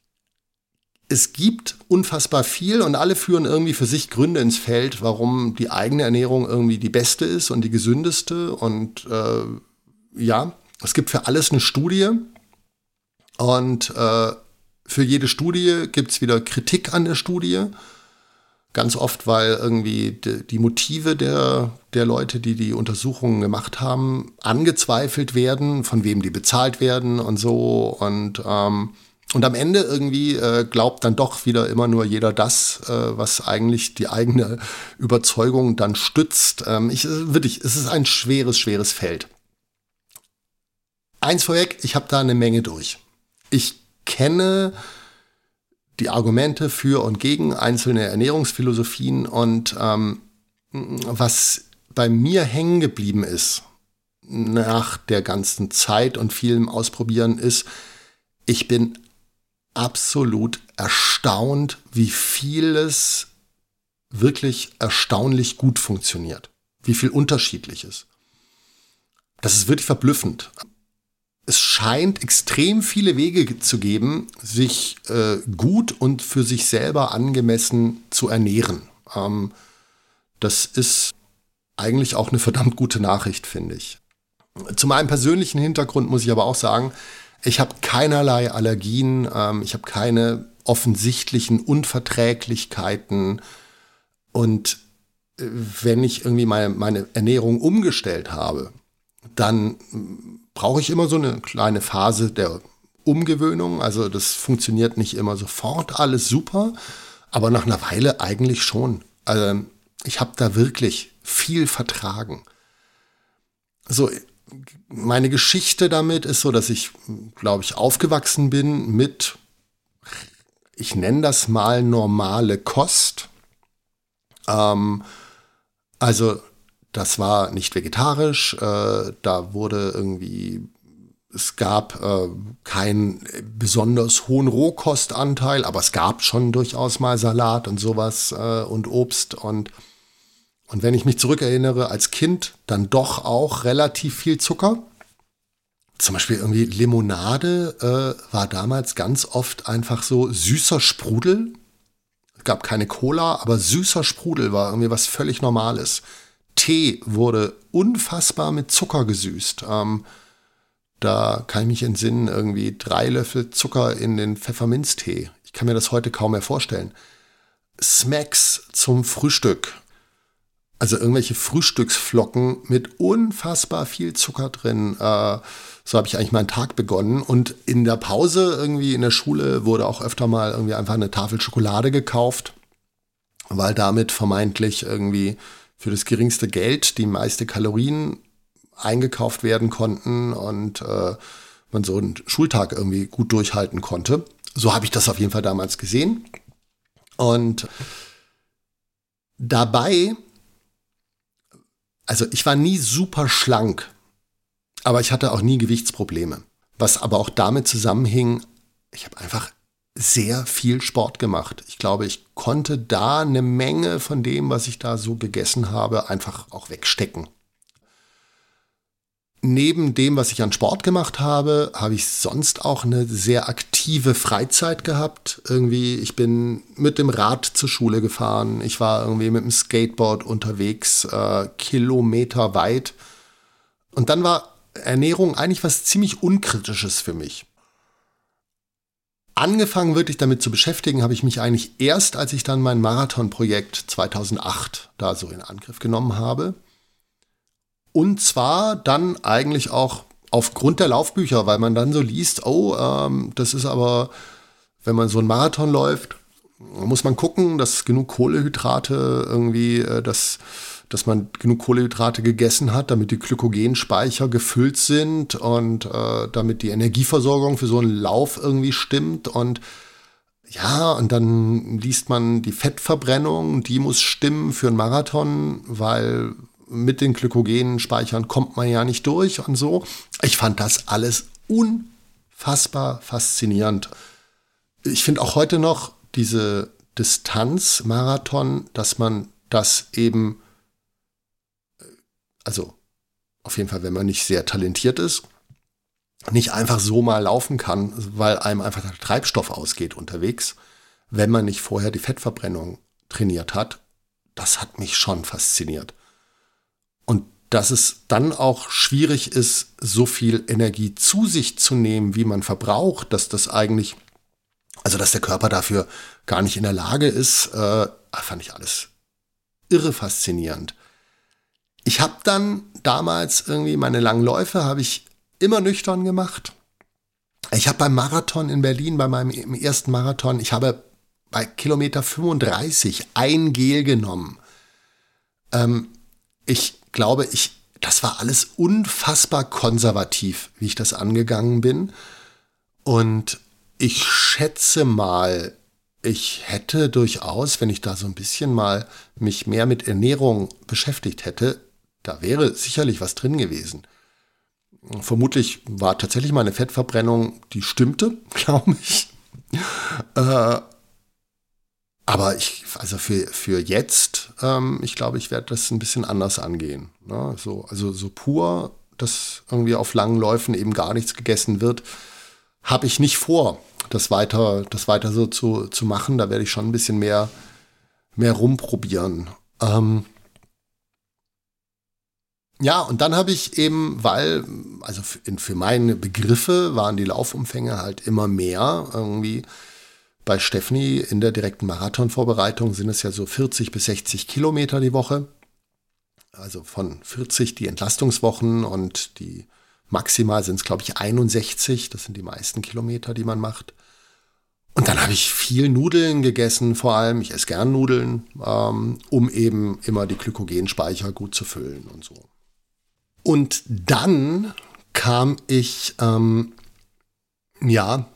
es gibt unfassbar viel und alle führen irgendwie für sich Gründe ins Feld, warum die eigene Ernährung irgendwie die beste ist und die gesündeste. Und äh, ja, es gibt für alles eine Studie und äh, für jede Studie gibt es wieder Kritik an der Studie. Ganz oft, weil irgendwie die, die Motive der, der Leute, die die Untersuchungen gemacht haben, angezweifelt werden, von wem die bezahlt werden und so. Und, ähm, und am Ende irgendwie äh, glaubt dann doch wieder immer nur jeder das, äh, was eigentlich die eigene Überzeugung dann stützt. Ähm, ich, wirklich, es ist ein schweres, schweres Feld. Eins vorweg, ich habe da eine Menge durch. Ich kenne die Argumente für und gegen einzelne Ernährungsphilosophien und ähm, was bei mir hängen geblieben ist nach der ganzen Zeit und vielem Ausprobieren ist, ich bin absolut erstaunt, wie vieles wirklich erstaunlich gut funktioniert. Wie viel Unterschiedliches. Das ist wirklich verblüffend. Es scheint extrem viele Wege zu geben, sich äh, gut und für sich selber angemessen zu ernähren. Ähm, das ist eigentlich auch eine verdammt gute Nachricht, finde ich. Zu meinem persönlichen Hintergrund muss ich aber auch sagen, ich habe keinerlei Allergien, ähm, ich habe keine offensichtlichen Unverträglichkeiten und äh, wenn ich irgendwie meine, meine Ernährung umgestellt habe, dann brauche ich immer so eine kleine Phase der Umgewöhnung. Also das funktioniert nicht immer sofort alles super, aber nach einer Weile eigentlich schon. Also ich habe da wirklich viel vertragen. So, meine Geschichte damit ist so, dass ich, glaube ich, aufgewachsen bin mit, ich nenne das mal normale Kost. Ähm, also das war nicht vegetarisch, äh, da wurde irgendwie, es gab äh, keinen besonders hohen Rohkostanteil, aber es gab schon durchaus mal Salat und sowas äh, und Obst und Und wenn ich mich zurückerinnere, als Kind dann doch auch relativ viel Zucker. Zum Beispiel irgendwie Limonade äh, war damals ganz oft einfach so süßer Sprudel. Es gab keine Cola, aber süßer Sprudel war irgendwie was völlig Normales. Tee wurde unfassbar mit Zucker gesüßt. Ähm, da kann ich mich entsinnen, irgendwie drei Löffel Zucker in den Pfefferminztee. Ich kann mir das heute kaum mehr vorstellen. Smacks zum Frühstück. Also irgendwelche Frühstücksflocken mit unfassbar viel Zucker drin. Äh, so habe ich eigentlich meinen Tag begonnen. Und in der Pause irgendwie in der Schule wurde auch öfter mal irgendwie einfach eine Tafel Schokolade gekauft, weil damit vermeintlich irgendwie für das geringste Geld die meiste Kalorien eingekauft werden konnten und äh, man so einen Schultag irgendwie gut durchhalten konnte. So habe ich das auf jeden Fall damals gesehen. Und dabei, also ich war nie super schlank, aber ich hatte auch nie Gewichtsprobleme. Was aber auch damit zusammenhing, ich habe einfach sehr viel Sport gemacht. Ich glaube, ich konnte da eine Menge von dem, was ich da so gegessen habe, einfach auch wegstecken. Neben dem, was ich an Sport gemacht habe, habe ich sonst auch eine sehr aktive Freizeit gehabt. Irgendwie, ich bin mit dem Rad zur Schule gefahren. Ich war irgendwie mit dem Skateboard unterwegs, äh, kilometerweit. Und dann war Ernährung eigentlich was ziemlich Unkritisches für mich. Angefangen wirklich damit zu beschäftigen, habe ich mich eigentlich erst, als ich dann mein Marathonprojekt zweitausendacht da so in Angriff genommen habe. Und zwar dann eigentlich auch aufgrund der Laufbücher, weil man dann so liest, oh, ähm, das ist aber, wenn man so einen Marathon läuft, muss man gucken, dass genug Kohlenhydrate irgendwie, äh, dass, dass man genug Kohlenhydrate gegessen hat, damit die Glykogenspeicher gefüllt sind und äh, damit die Energieversorgung für so einen Lauf irgendwie stimmt. Und ja, und dann liest man die Fettverbrennung, die muss stimmen für einen Marathon, weil mit den Glykogenspeichern kommt man ja nicht durch und so. Ich fand das alles unfassbar faszinierend. Ich finde auch heute noch diese Distanz-Marathon, dass man das eben, also auf jeden Fall, wenn man nicht sehr talentiert ist, nicht einfach so mal laufen kann, weil einem einfach der Treibstoff ausgeht unterwegs, wenn man nicht vorher die Fettverbrennung trainiert hat. Das hat mich schon fasziniert. Und dass es dann auch schwierig ist, so viel Energie zu sich zu nehmen, wie man verbraucht, dass das eigentlich, also dass der Körper dafür gar nicht in der Lage ist, äh, fand ich alles irre faszinierend. Ich habe dann damals irgendwie meine langen Läufe, habe ich immer nüchtern gemacht. Ich habe beim Marathon in Berlin, bei meinem ersten Marathon, ich habe bei Kilometer fünfunddreißig ein Gel genommen. Ähm, ich glaube, ich, das war alles unfassbar konservativ, wie ich das angegangen bin. Und ich schätze mal, ich hätte durchaus, wenn ich da so ein bisschen mal mich mehr mit Ernährung beschäftigt hätte, da wäre sicherlich was drin gewesen. Vermutlich war tatsächlich meine Fettverbrennung, die stimmte, glaube ich. Äh, aber ich, also für, für jetzt, ähm, ich glaube, ich werde das ein bisschen anders angehen. Ne? So, also so pur, dass irgendwie auf langen Läufen eben gar nichts gegessen wird, habe ich nicht vor, das weiter, das weiter so zu, zu machen. Da werde ich schon ein bisschen mehr, mehr rumprobieren. Ähm, ja, und dann habe ich eben, weil, also für, für meine Begriffe waren die Laufumfänge halt immer mehr. Irgendwie bei Steffni in der direkten Marathonvorbereitung sind es ja so vierzig bis sechzig Kilometer die Woche. Also von vierzig die Entlastungswochen und die maximal sind es, glaube ich, einundsechzig. Das sind die meisten Kilometer, die man macht. Und dann habe ich viel Nudeln gegessen, vor allem. Ich esse gern Nudeln, ähm, um eben immer die Glykogenspeicher gut zu füllen und so. Und dann kam ich, ähm, ja,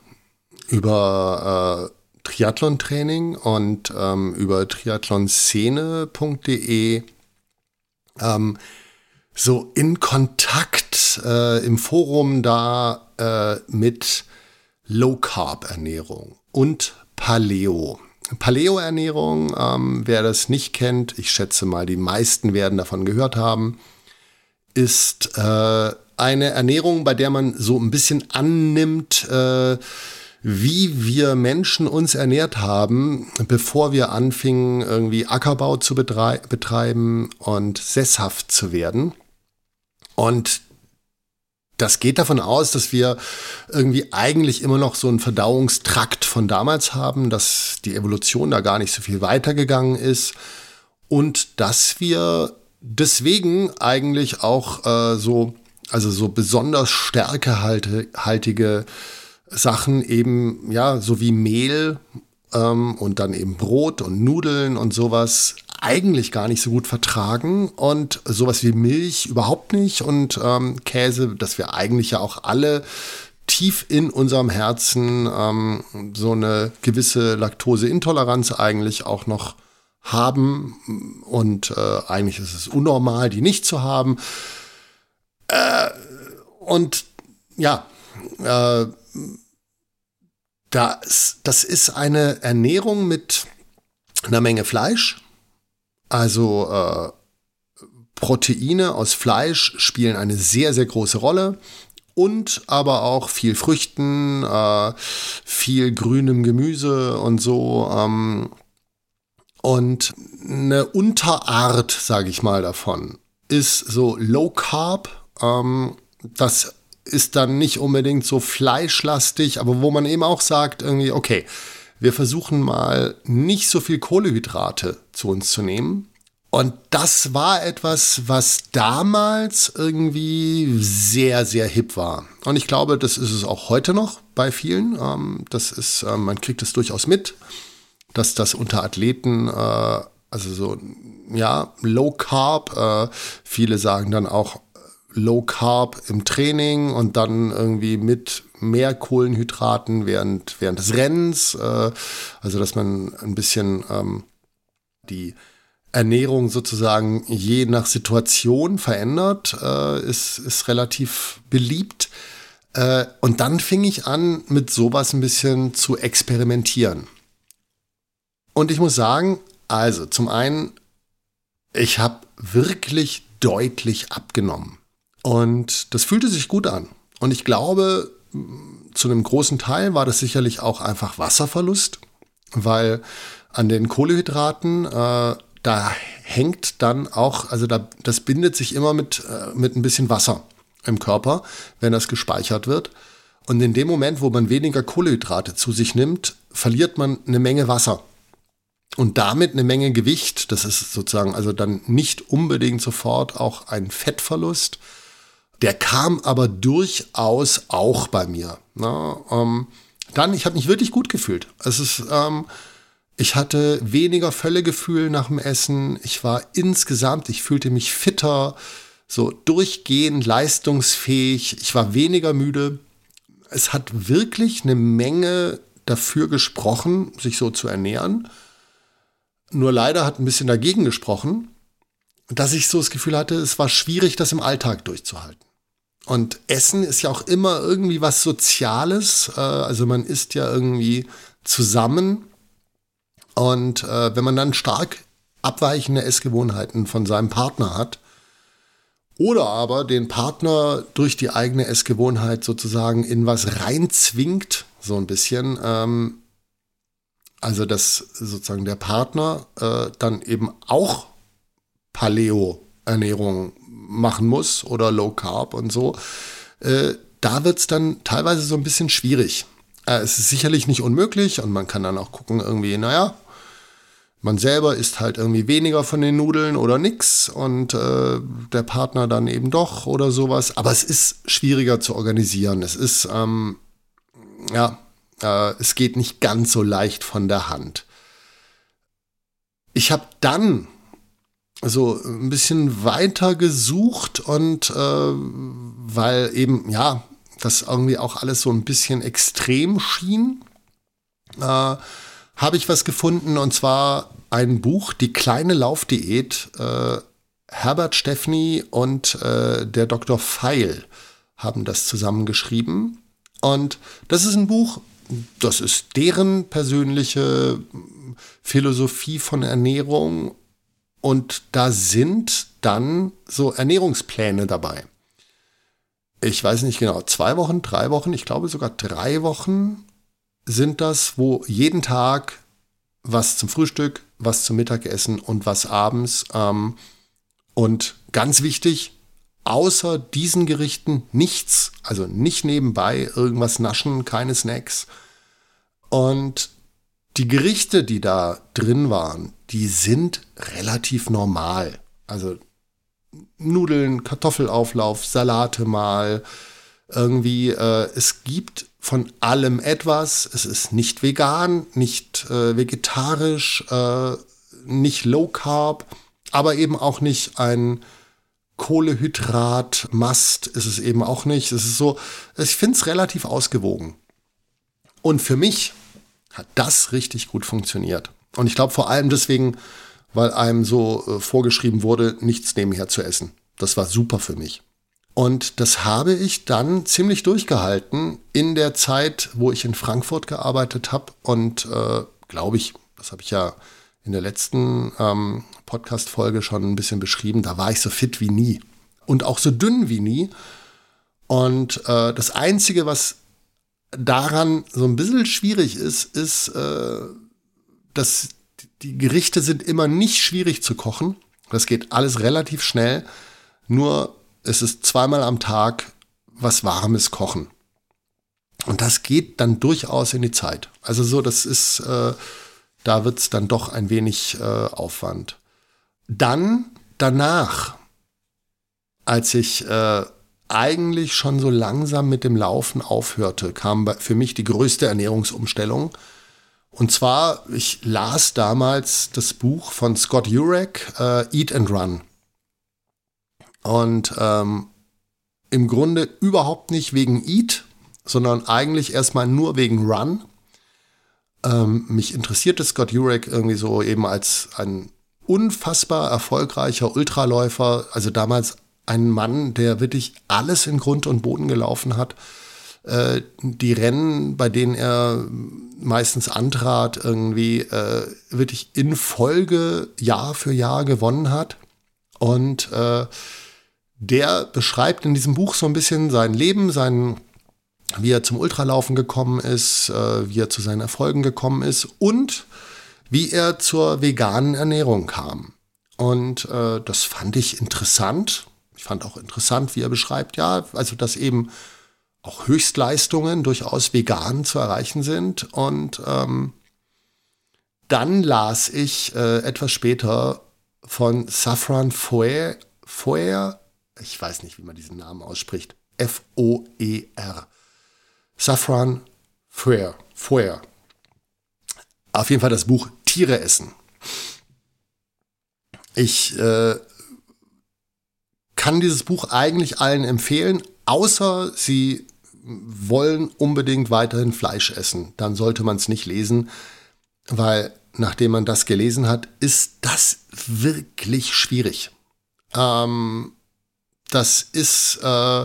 über äh, Triathlon-Training und ähm, über triathlonszene punkt de ähm, so in Kontakt äh, im Forum da äh, mit Low-Carb-Ernährung und Paleo. Paleo-Ernährung, ähm, wer das nicht kennt, ich schätze mal, die meisten werden davon gehört haben, ist äh, eine Ernährung, bei der man so ein bisschen annimmt, äh, wie wir Menschen uns ernährt haben, bevor wir anfingen, irgendwie Ackerbau zu betrei- betreiben und sesshaft zu werden. Und das geht davon aus, dass wir irgendwie eigentlich immer noch so einen Verdauungstrakt von damals haben, dass die Evolution da gar nicht so viel weitergegangen ist und dass wir deswegen eigentlich auch äh, so, also so besonders stärkehaltige Sachen eben, ja, so wie Mehl ähm, und dann eben Brot und Nudeln und sowas eigentlich gar nicht so gut vertragen und sowas wie Milch überhaupt nicht und ähm, Käse, dass wir eigentlich ja auch alle tief in unserem Herzen ähm, so eine gewisse Laktoseintoleranz eigentlich auch noch haben und äh, eigentlich ist es unnormal, die nicht zu haben. Äh, und ja, äh, das, das ist eine Ernährung mit einer Menge Fleisch. Also äh, Proteine aus Fleisch spielen eine sehr, sehr große Rolle. Und aber auch viel Früchten, äh, viel grünem Gemüse und so. Ähm, und eine Unterart, sage ich mal, davon ist so Low Carb. Ähm, das ist dann nicht unbedingt so fleischlastig, aber wo man eben auch sagt, irgendwie, okay, wir versuchen mal nicht so viel Kohlenhydrate zu uns zu nehmen. Und das war etwas, was damals irgendwie sehr, sehr hip war. Und ich glaube, das ist es auch heute noch bei vielen. Ähm, das ist, äh, man kriegt es durchaus mit, dass das unter Athleten, äh, also so, ja, Low Carb, äh, viele sagen dann auch Low Carb im Training und dann irgendwie mit mehr Kohlenhydraten während, während des Rennens. Äh, also, dass man ein bisschen ähm, die Ernährung sozusagen je nach Situation verändert, äh, ist, ist relativ beliebt. Äh, und dann fing ich an, mit sowas ein bisschen zu experimentieren. Und ich muss sagen, also zum einen, ich habe wirklich deutlich abgenommen. Und das fühlte sich gut an. Und ich glaube, zu einem großen Teil war das sicherlich auch einfach Wasserverlust, weil an den Kohlenhydraten, äh, da hängt dann auch, also da, das bindet sich immer mit, äh, mit ein bisschen Wasser im Körper, wenn das gespeichert wird. Und in dem Moment, wo man weniger Kohlenhydrate zu sich nimmt, verliert man eine Menge Wasser. Und damit eine Menge Gewicht. Das ist sozusagen also dann nicht unbedingt sofort auch ein Fettverlust. Der kam aber durchaus auch bei mir. Na, ähm, dann, ich habe mich wirklich gut gefühlt. Es ist, ähm, ich hatte weniger Völlegefühl nach dem Essen. Ich war insgesamt, ich fühlte mich fitter, so durchgehend leistungsfähig. Ich war weniger müde. es hat wirklich eine Menge dafür gesprochen, sich so zu ernähren. Nur leider hat ein bisschen dagegen gesprochen, dass ich so das Gefühl hatte, es war schwierig, das im Alltag durchzuhalten. Und Essen ist ja auch immer irgendwie was Soziales. Äh, also man isst ja irgendwie zusammen. Und äh, wenn man dann stark abweichende Essgewohnheiten von seinem Partner hat oder aber den Partner durch die eigene Essgewohnheit sozusagen in was reinzwingt, so ein bisschen, ähm, also dass sozusagen der Partner äh, dann eben auch Paleo-Ernährung machen muss oder Low Carb und so, äh, da wird es dann teilweise so ein bisschen schwierig. Äh, es ist sicherlich nicht unmöglich und man kann dann auch gucken, irgendwie, naja, man selber isst halt irgendwie weniger von den Nudeln oder nix und äh, der Partner dann eben doch oder sowas. Aber es ist schwieriger zu organisieren. Es ist, ähm, ja, äh, es geht nicht ganz so leicht von der Hand. Ich habe dann so ein bisschen weiter gesucht und äh, weil eben, ja, das irgendwie auch alles so ein bisschen extrem schien, äh, habe ich was gefunden, und zwar ein Buch, Die kleine Laufdiät. Äh, Herbert Steffni und äh, der Doktor Feil haben das zusammengeschrieben. Und das ist ein Buch, das ist deren persönliche Philosophie von Ernährung. Und da sind dann so Ernährungspläne dabei. Ich weiß nicht genau, zwei Wochen, drei Wochen, ich glaube sogar drei Wochen sind das, wo jeden Tag was zum Frühstück, was zum Mittagessen und was abends. Ähm, und ganz wichtig, außer diesen Gerichten nichts, also nicht nebenbei irgendwas naschen, keine Snacks. Und die Gerichte, die da drin waren, die sind relativ normal. Also Nudeln, Kartoffelauflauf, Salate mal, irgendwie, äh, es gibt von allem etwas. Es ist nicht vegan, nicht äh, vegetarisch, äh, nicht Low Carb, aber eben auch nicht ein Kohlehydrat-Mast ist es eben auch nicht. Es ist so, ich finde es relativ ausgewogen. Und für mich hat das richtig gut funktioniert. Und ich glaube vor allem deswegen, weil einem so äh, vorgeschrieben wurde, nichts nebenher zu essen. Das war super für mich. Und das habe ich dann ziemlich durchgehalten in der Zeit, wo ich in Frankfurt gearbeitet habe. Und äh, glaube ich, das habe ich ja in der letzten ähm, Podcast-Folge schon ein bisschen beschrieben, da war ich so fit wie nie und auch so dünn wie nie. Und äh, das Einzige, was daran so ein bisschen schwierig ist, ist, äh, dass die Gerichte sind immer nicht schwierig zu kochen. Das geht alles relativ schnell. Nur es ist zweimal am Tag was Warmes kochen. Und das geht dann durchaus in die Zeit. Also so, das ist, äh, da wird es dann doch ein wenig äh, Aufwand. Dann danach, als ich äh, eigentlich schon so langsam mit dem Laufen aufhörte, kam bei, für mich die größte Ernährungsumstellung. Und zwar, ich las damals das Buch von Scott Jurek, äh, Eat and Run. Und ähm, im Grunde überhaupt nicht wegen Eat, sondern eigentlich erstmal nur wegen Run. Ähm, mich interessierte Scott Jurek irgendwie so eben als ein unfassbar erfolgreicher Ultraläufer. Also damals ein Mann, der wirklich alles in Grund und Boden gelaufen hat. Äh, die Rennen, bei denen er meistens antrat, irgendwie äh, wirklich in Folge Jahr für Jahr gewonnen hat. Und äh, der beschreibt in diesem Buch so ein bisschen sein Leben, sein, wie er zum Ultralaufen gekommen ist, äh, wie er zu seinen Erfolgen gekommen ist und wie er zur veganen Ernährung kam. Und äh, das fand ich interessant. Ich fand auch interessant, wie er beschreibt, ja, also dass eben auch Höchstleistungen durchaus vegan zu erreichen sind. Und ähm, dann las ich äh, etwas später von Safran Foer, Foer, ich weiß nicht, wie man diesen Namen ausspricht, F O E R. Safran Foer, Foer. Auf jeden Fall das Buch Tiere essen. Ich äh, kann dieses Buch eigentlich allen empfehlen, außer sie wollen unbedingt weiterhin Fleisch essen, dann sollte man es nicht lesen, weil nachdem man das gelesen hat, ist das wirklich schwierig. Ähm, das ist äh,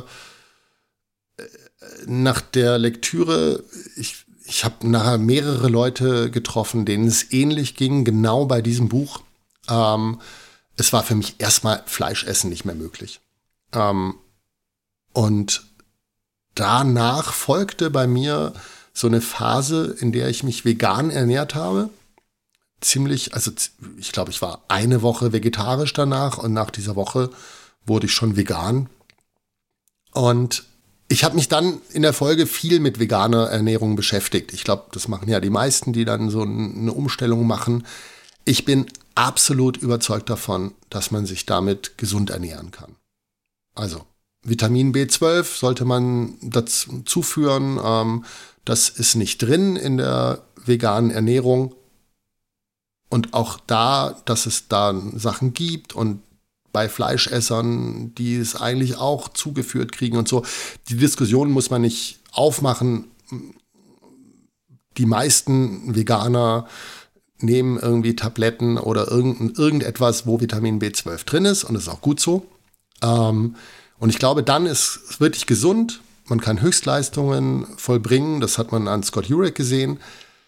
nach der Lektüre, ich, ich habe nachher mehrere Leute getroffen, denen es ähnlich ging, genau bei diesem Buch. Ähm, es war für mich erstmal Fleischessen nicht mehr möglich. Ähm, und danach folgte bei mir so eine Phase, in der ich mich vegan ernährt habe. Ziemlich, also ich glaube, ich war eine Woche vegetarisch danach und nach dieser Woche wurde ich schon vegan. Und ich habe mich dann in der Folge viel mit veganer Ernährung beschäftigt. Ich glaube, das machen ja die meisten, die dann so eine Umstellung machen. Ich bin absolut überzeugt davon, dass man sich damit gesund ernähren kann. Also Vitamin B zwölf sollte man dazu zuführen. Ähm, das ist nicht drin in der veganen Ernährung. Und auch da, dass es da Sachen gibt und bei Fleischessern, die es eigentlich auch zugeführt kriegen und so. Die Diskussion muss man nicht aufmachen. Die meisten Veganer nehmen irgendwie Tabletten oder irgend, irgendetwas, wo Vitamin B zwölf drin ist, und das ist auch gut so. Ähm, und ich glaube, dann ist es wirklich gesund. Man kann Höchstleistungen vollbringen. Das hat man an Scott Jurek gesehen.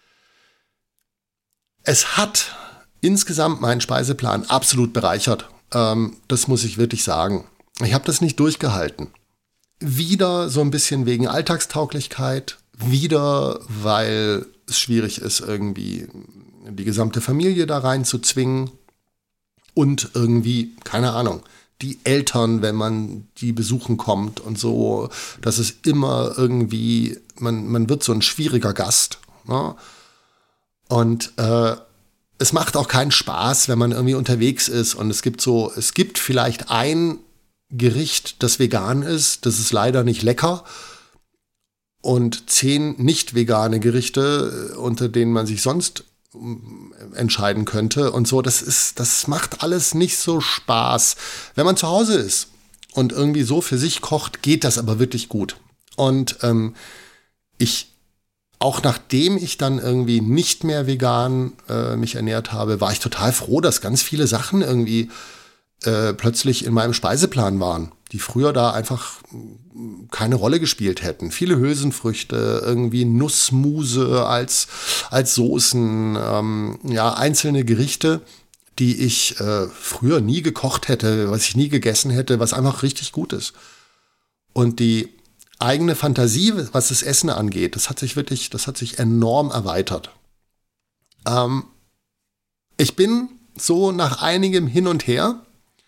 Es hat insgesamt meinen Speiseplan absolut bereichert. Ähm, das muss ich wirklich sagen. Ich habe das nicht durchgehalten. Wieder so ein bisschen wegen Alltagstauglichkeit. Wieder, weil es schwierig ist, irgendwie die gesamte Familie da rein zu zwingen. Und irgendwie, keine Ahnung, die Eltern, wenn man die besuchen kommt und so. Das ist immer irgendwie, man, man wird so ein schwieriger Gast, ne? Und äh, es macht auch keinen Spaß, wenn man irgendwie unterwegs ist und es gibt so, es gibt vielleicht ein Gericht, das vegan ist, das ist leider nicht lecker, und zehn nicht vegane Gerichte, unter denen man sich sonst entscheiden könnte und so. Das ist, das macht alles nicht so Spaß. Wenn man zu Hause ist und irgendwie so für sich kocht, geht das aber wirklich gut. Und ähm, ich Auch nachdem ich dann irgendwie nicht mehr vegan äh, mich ernährt habe, war ich total froh, dass ganz viele Sachen irgendwie äh, plötzlich in meinem Speiseplan waren, die früher da einfach keine Rolle gespielt hätten. Viele Hülsenfrüchte, irgendwie Nussmuse als, als Soßen, ähm, ja, einzelne Gerichte, die ich äh, früher nie gekocht hätte, was ich nie gegessen hätte, was einfach richtig gut ist. Und die eigene Fantasie, was das Essen angeht, das hat sich wirklich, das hat sich enorm erweitert. Ähm, ich bin so nach einigem Hin und Her,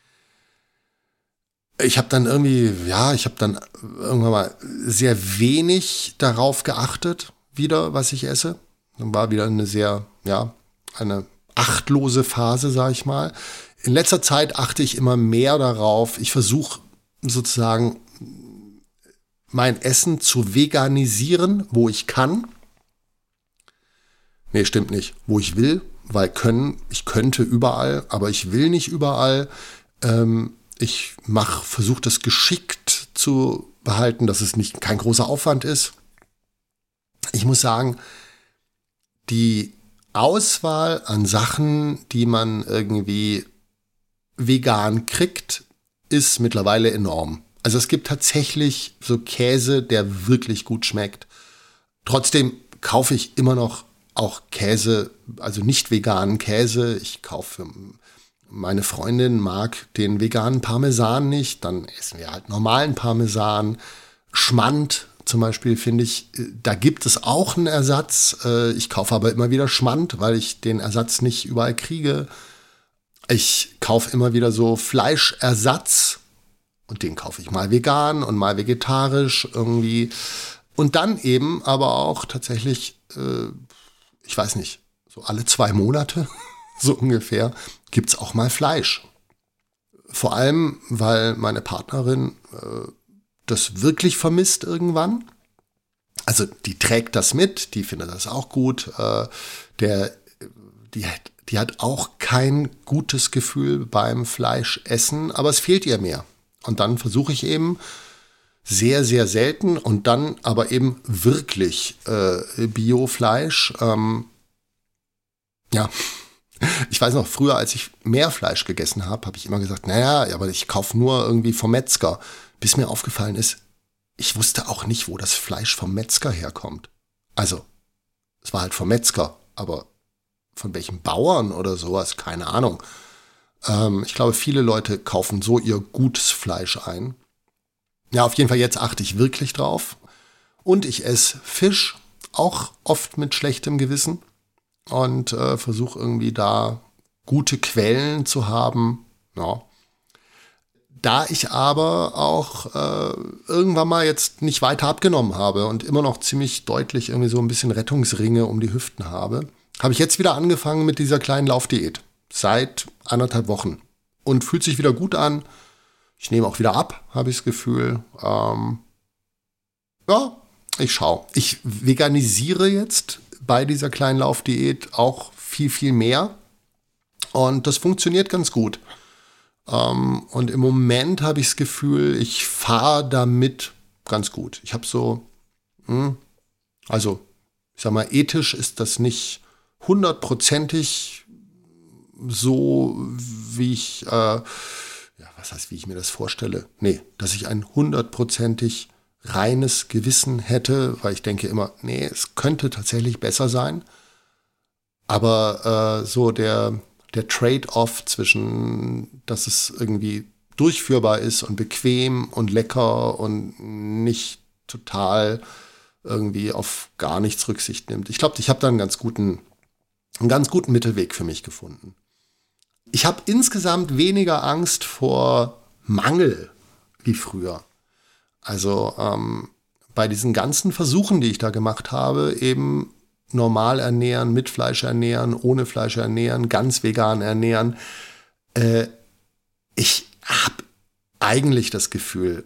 ich habe dann irgendwie, ja, ich habe dann irgendwann mal sehr wenig darauf geachtet, wieder, was ich esse. Dann war wieder eine sehr, ja, eine achtlose Phase, sage ich mal. In letzter Zeit achte ich immer mehr darauf. Ich versuche sozusagen mein Essen zu veganisieren, wo ich kann. Nee, stimmt nicht. Wo ich will, weil können, ich könnte überall, aber ich will nicht überall. Ähm, ich mach, versuche das geschickt zu behalten, dass es nicht kein großer Aufwand ist. Ich muss sagen, die Auswahl an Sachen, die man irgendwie vegan kriegt, ist mittlerweile enorm. Also es gibt tatsächlich so Käse, der wirklich gut schmeckt. Trotzdem kaufe ich immer noch auch Käse, also nicht veganen Käse. Ich kaufe, meine Freundin mag den veganen Parmesan nicht, dann essen wir halt normalen Parmesan. Schmand zum Beispiel, finde ich, da gibt es auch einen Ersatz. Ich kaufe aber immer wieder Schmand, weil ich den Ersatz nicht überall kriege. Ich kaufe immer wieder so Fleischersatz. Und den kaufe ich mal vegan und mal vegetarisch irgendwie. Und dann eben aber auch tatsächlich, äh, ich weiß nicht, so alle zwei Monate, so ungefähr, gibt's auch mal Fleisch. Vor allem, weil meine Partnerin äh, das wirklich vermisst irgendwann. Also die trägt das mit, die findet das auch gut. Äh, der, die, die hat auch kein gutes Gefühl beim Fleischessen, aber es fehlt ihr mehr. Und dann versuche ich eben sehr, sehr selten und dann aber eben wirklich äh, Biofleisch. Ähm, ja, ich weiß noch, früher, als ich mehr Fleisch gegessen habe, habe ich immer gesagt, naja, aber ich kaufe nur irgendwie vom Metzger. Bis mir aufgefallen ist, ich wusste auch nicht, wo das Fleisch vom Metzger herkommt. Also, es war halt vom Metzger, aber von welchem Bauern oder sowas, keine Ahnung. Ähm, ich glaube, viele Leute kaufen so ihr gutes Fleisch ein. Ja, auf jeden Fall jetzt achte ich wirklich drauf. Und ich esse Fisch, auch oft mit schlechtem Gewissen. Und äh, versuche irgendwie da gute Quellen zu haben. Ja. Da ich aber auch äh, irgendwann mal jetzt nicht weiter abgenommen habe und immer noch ziemlich deutlich irgendwie so ein bisschen Rettungsringe um die Hüften habe, habe ich jetzt wieder angefangen mit dieser kleinen Laufdiät. Seit anderthalb Wochen. Und fühlt sich wieder gut an. Ich nehme auch wieder ab, habe ich das Gefühl. Ähm, ja, ich schaue. Ich veganisiere jetzt bei dieser kleinen Laufdiät auch viel, viel mehr. Und das funktioniert ganz gut. Ähm, und im Moment habe ich das Gefühl, ich fahre damit ganz gut. Ich habe so, mh, also ich sag mal, ethisch ist das nicht hundertprozentig so, wie ich, äh, ja, was heißt, wie ich mir das vorstelle? Nee, dass ich ein hundertprozentig reines Gewissen hätte, weil ich denke immer, nee, es könnte tatsächlich besser sein. Aber äh, so der, der Trade-off zwischen, dass es irgendwie durchführbar ist und bequem und lecker und nicht total irgendwie auf gar nichts Rücksicht nimmt. Ich glaube, ich habe da einen ganz guten, einen ganz guten Mittelweg für mich gefunden. Ich habe insgesamt weniger Angst vor Mangel wie früher. Also ähm, bei diesen ganzen Versuchen, die ich da gemacht habe, eben normal ernähren, mit Fleisch ernähren, ohne Fleisch ernähren, ganz vegan ernähren, äh, ich habe eigentlich das Gefühl,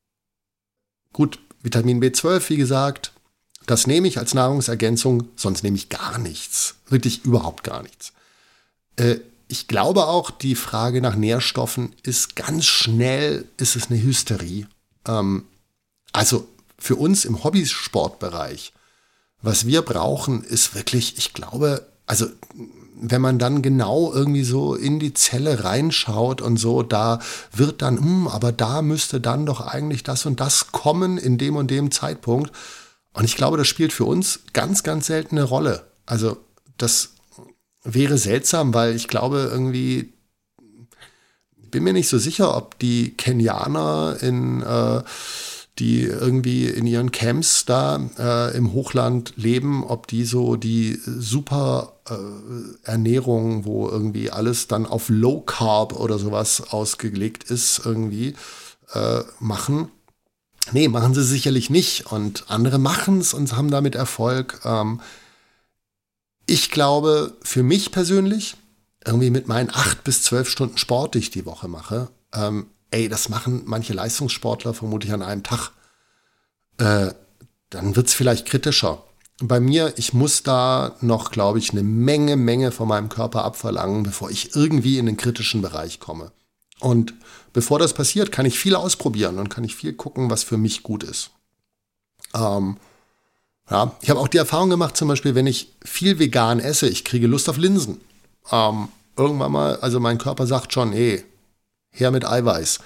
gut, Vitamin B zwölf, wie gesagt, das nehme ich als Nahrungsergänzung, sonst nehme ich gar nichts. Wirklich überhaupt gar nichts. Äh, ich glaube auch, die Frage nach Nährstoffen ist ganz schnell, ist es eine Hysterie. Ähm, also für uns im Hobbysportbereich, was wir brauchen, ist wirklich, ich glaube, also wenn man dann genau irgendwie so in die Zelle reinschaut und so, da wird dann, hm, aber da müsste dann doch eigentlich das und das kommen in dem und dem Zeitpunkt. Und ich glaube, das spielt für uns ganz, ganz selten eine Rolle. Also das wäre seltsam, weil ich glaube irgendwie, bin mir nicht so sicher, ob die Kenianer in äh, die irgendwie in ihren Camps da äh, im Hochland leben, ob die so die super äh, Ernährung, wo irgendwie alles dann auf Low Carb oder sowas ausgelegt ist, irgendwie äh, machen. Nee, machen sie sicherlich nicht. Und andere machen es und haben damit Erfolg. Ähm, ich glaube, für mich persönlich, irgendwie mit meinen acht bis zwölf Stunden Sport, die ich die Woche mache, ähm, ey, das machen manche Leistungssportler vermutlich an einem Tag. Äh, dann wird es vielleicht kritischer. Bei mir, ich muss da noch, glaube ich, eine Menge, Menge von meinem Körper abverlangen, bevor ich irgendwie in den kritischen Bereich komme. Und bevor das passiert, kann ich viel ausprobieren und kann ich viel gucken, was für mich gut ist. Ähm, ja, ich habe auch die Erfahrung gemacht, zum Beispiel, wenn ich viel vegan esse, ich kriege Lust auf Linsen. Ähm, irgendwann mal, also mein Körper sagt schon, ey, her mit Eiweiß.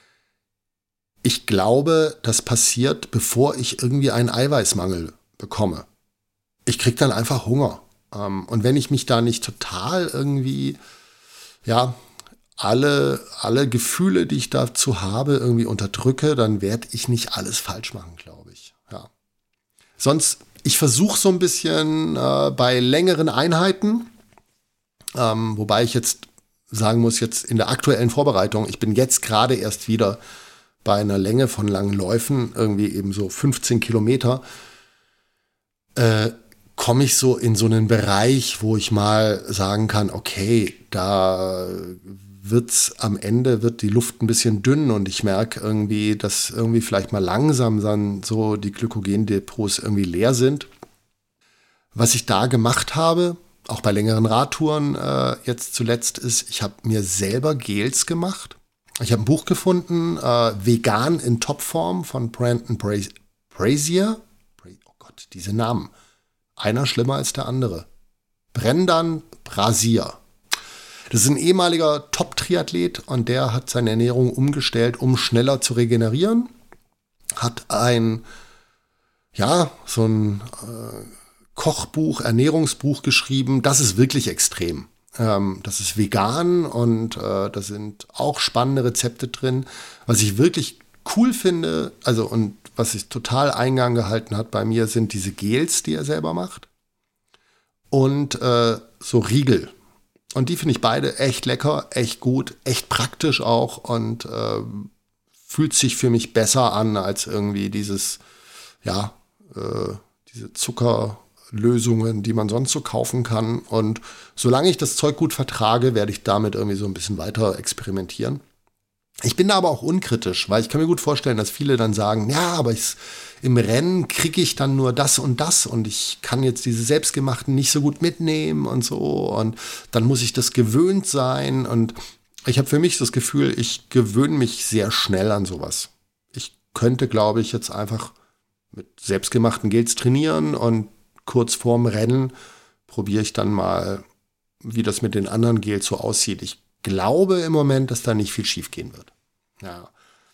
Ich glaube, das passiert, bevor ich irgendwie einen Eiweißmangel bekomme. Ich kriege dann einfach Hunger. Ähm, und wenn ich mich da nicht total irgendwie, ja, alle, alle Gefühle, die ich dazu habe, irgendwie unterdrücke, dann werde ich nicht alles falsch machen, glaube ich. Ja. Sonst, ich versuche so ein bisschen äh, bei längeren Einheiten, ähm, wobei ich jetzt sagen muss, jetzt in der aktuellen Vorbereitung, ich bin jetzt gerade erst wieder bei einer Länge von langen Läufen, irgendwie eben so fünfzehn Kilometer, äh, komme ich so in so einen Bereich, wo ich mal sagen kann, okay, da wird's am Ende, wird die Luft ein bisschen dünn und ich merke irgendwie, dass irgendwie vielleicht mal langsam dann so die Glykogendepots irgendwie leer sind. Was ich da gemacht habe, auch bei längeren Radtouren äh, jetzt zuletzt ist, ich habe mir selber Gels gemacht. Ich habe ein Buch gefunden, äh, Vegan in Topform von Brandon Bra- Brazier. Oh Gott, diese Namen. Einer schlimmer als der andere. Brendan Brazier. Das ist ein ehemaliger Top-Triathlet und der hat seine Ernährung umgestellt, um schneller zu regenerieren. Hat ein, ja, so ein äh, Kochbuch, Ernährungsbuch geschrieben. Das ist wirklich extrem. Ähm, das ist vegan und äh, da sind auch spannende Rezepte drin. Was ich wirklich cool finde, also und was sich total Eingang gehalten hat bei mir, sind diese Gels, die er selber macht. Und äh, so Riegel. Und die finde ich beide echt lecker, echt gut, echt praktisch auch und äh, fühlt sich für mich besser an als irgendwie dieses, ja, äh, diese Zuckerlösungen, die man sonst so kaufen kann. Und solange ich das Zeug gut vertrage, werde ich damit irgendwie so ein bisschen weiter experimentieren. Ich bin da aber auch unkritisch, weil ich kann mir gut vorstellen, dass viele dann sagen, ja, aber ich, im Rennen kriege ich dann nur das und das und ich kann jetzt diese selbstgemachten nicht so gut mitnehmen und so und dann muss ich das gewöhnt sein und ich habe für mich das Gefühl, ich gewöhne mich sehr schnell an sowas. Ich könnte, glaube ich, jetzt einfach mit selbstgemachten Gels trainieren und kurz vorm Rennen probiere ich dann mal, wie das mit den anderen Gels so aussieht. Ich glaube im Moment, dass da nicht viel schief gehen wird. Ja.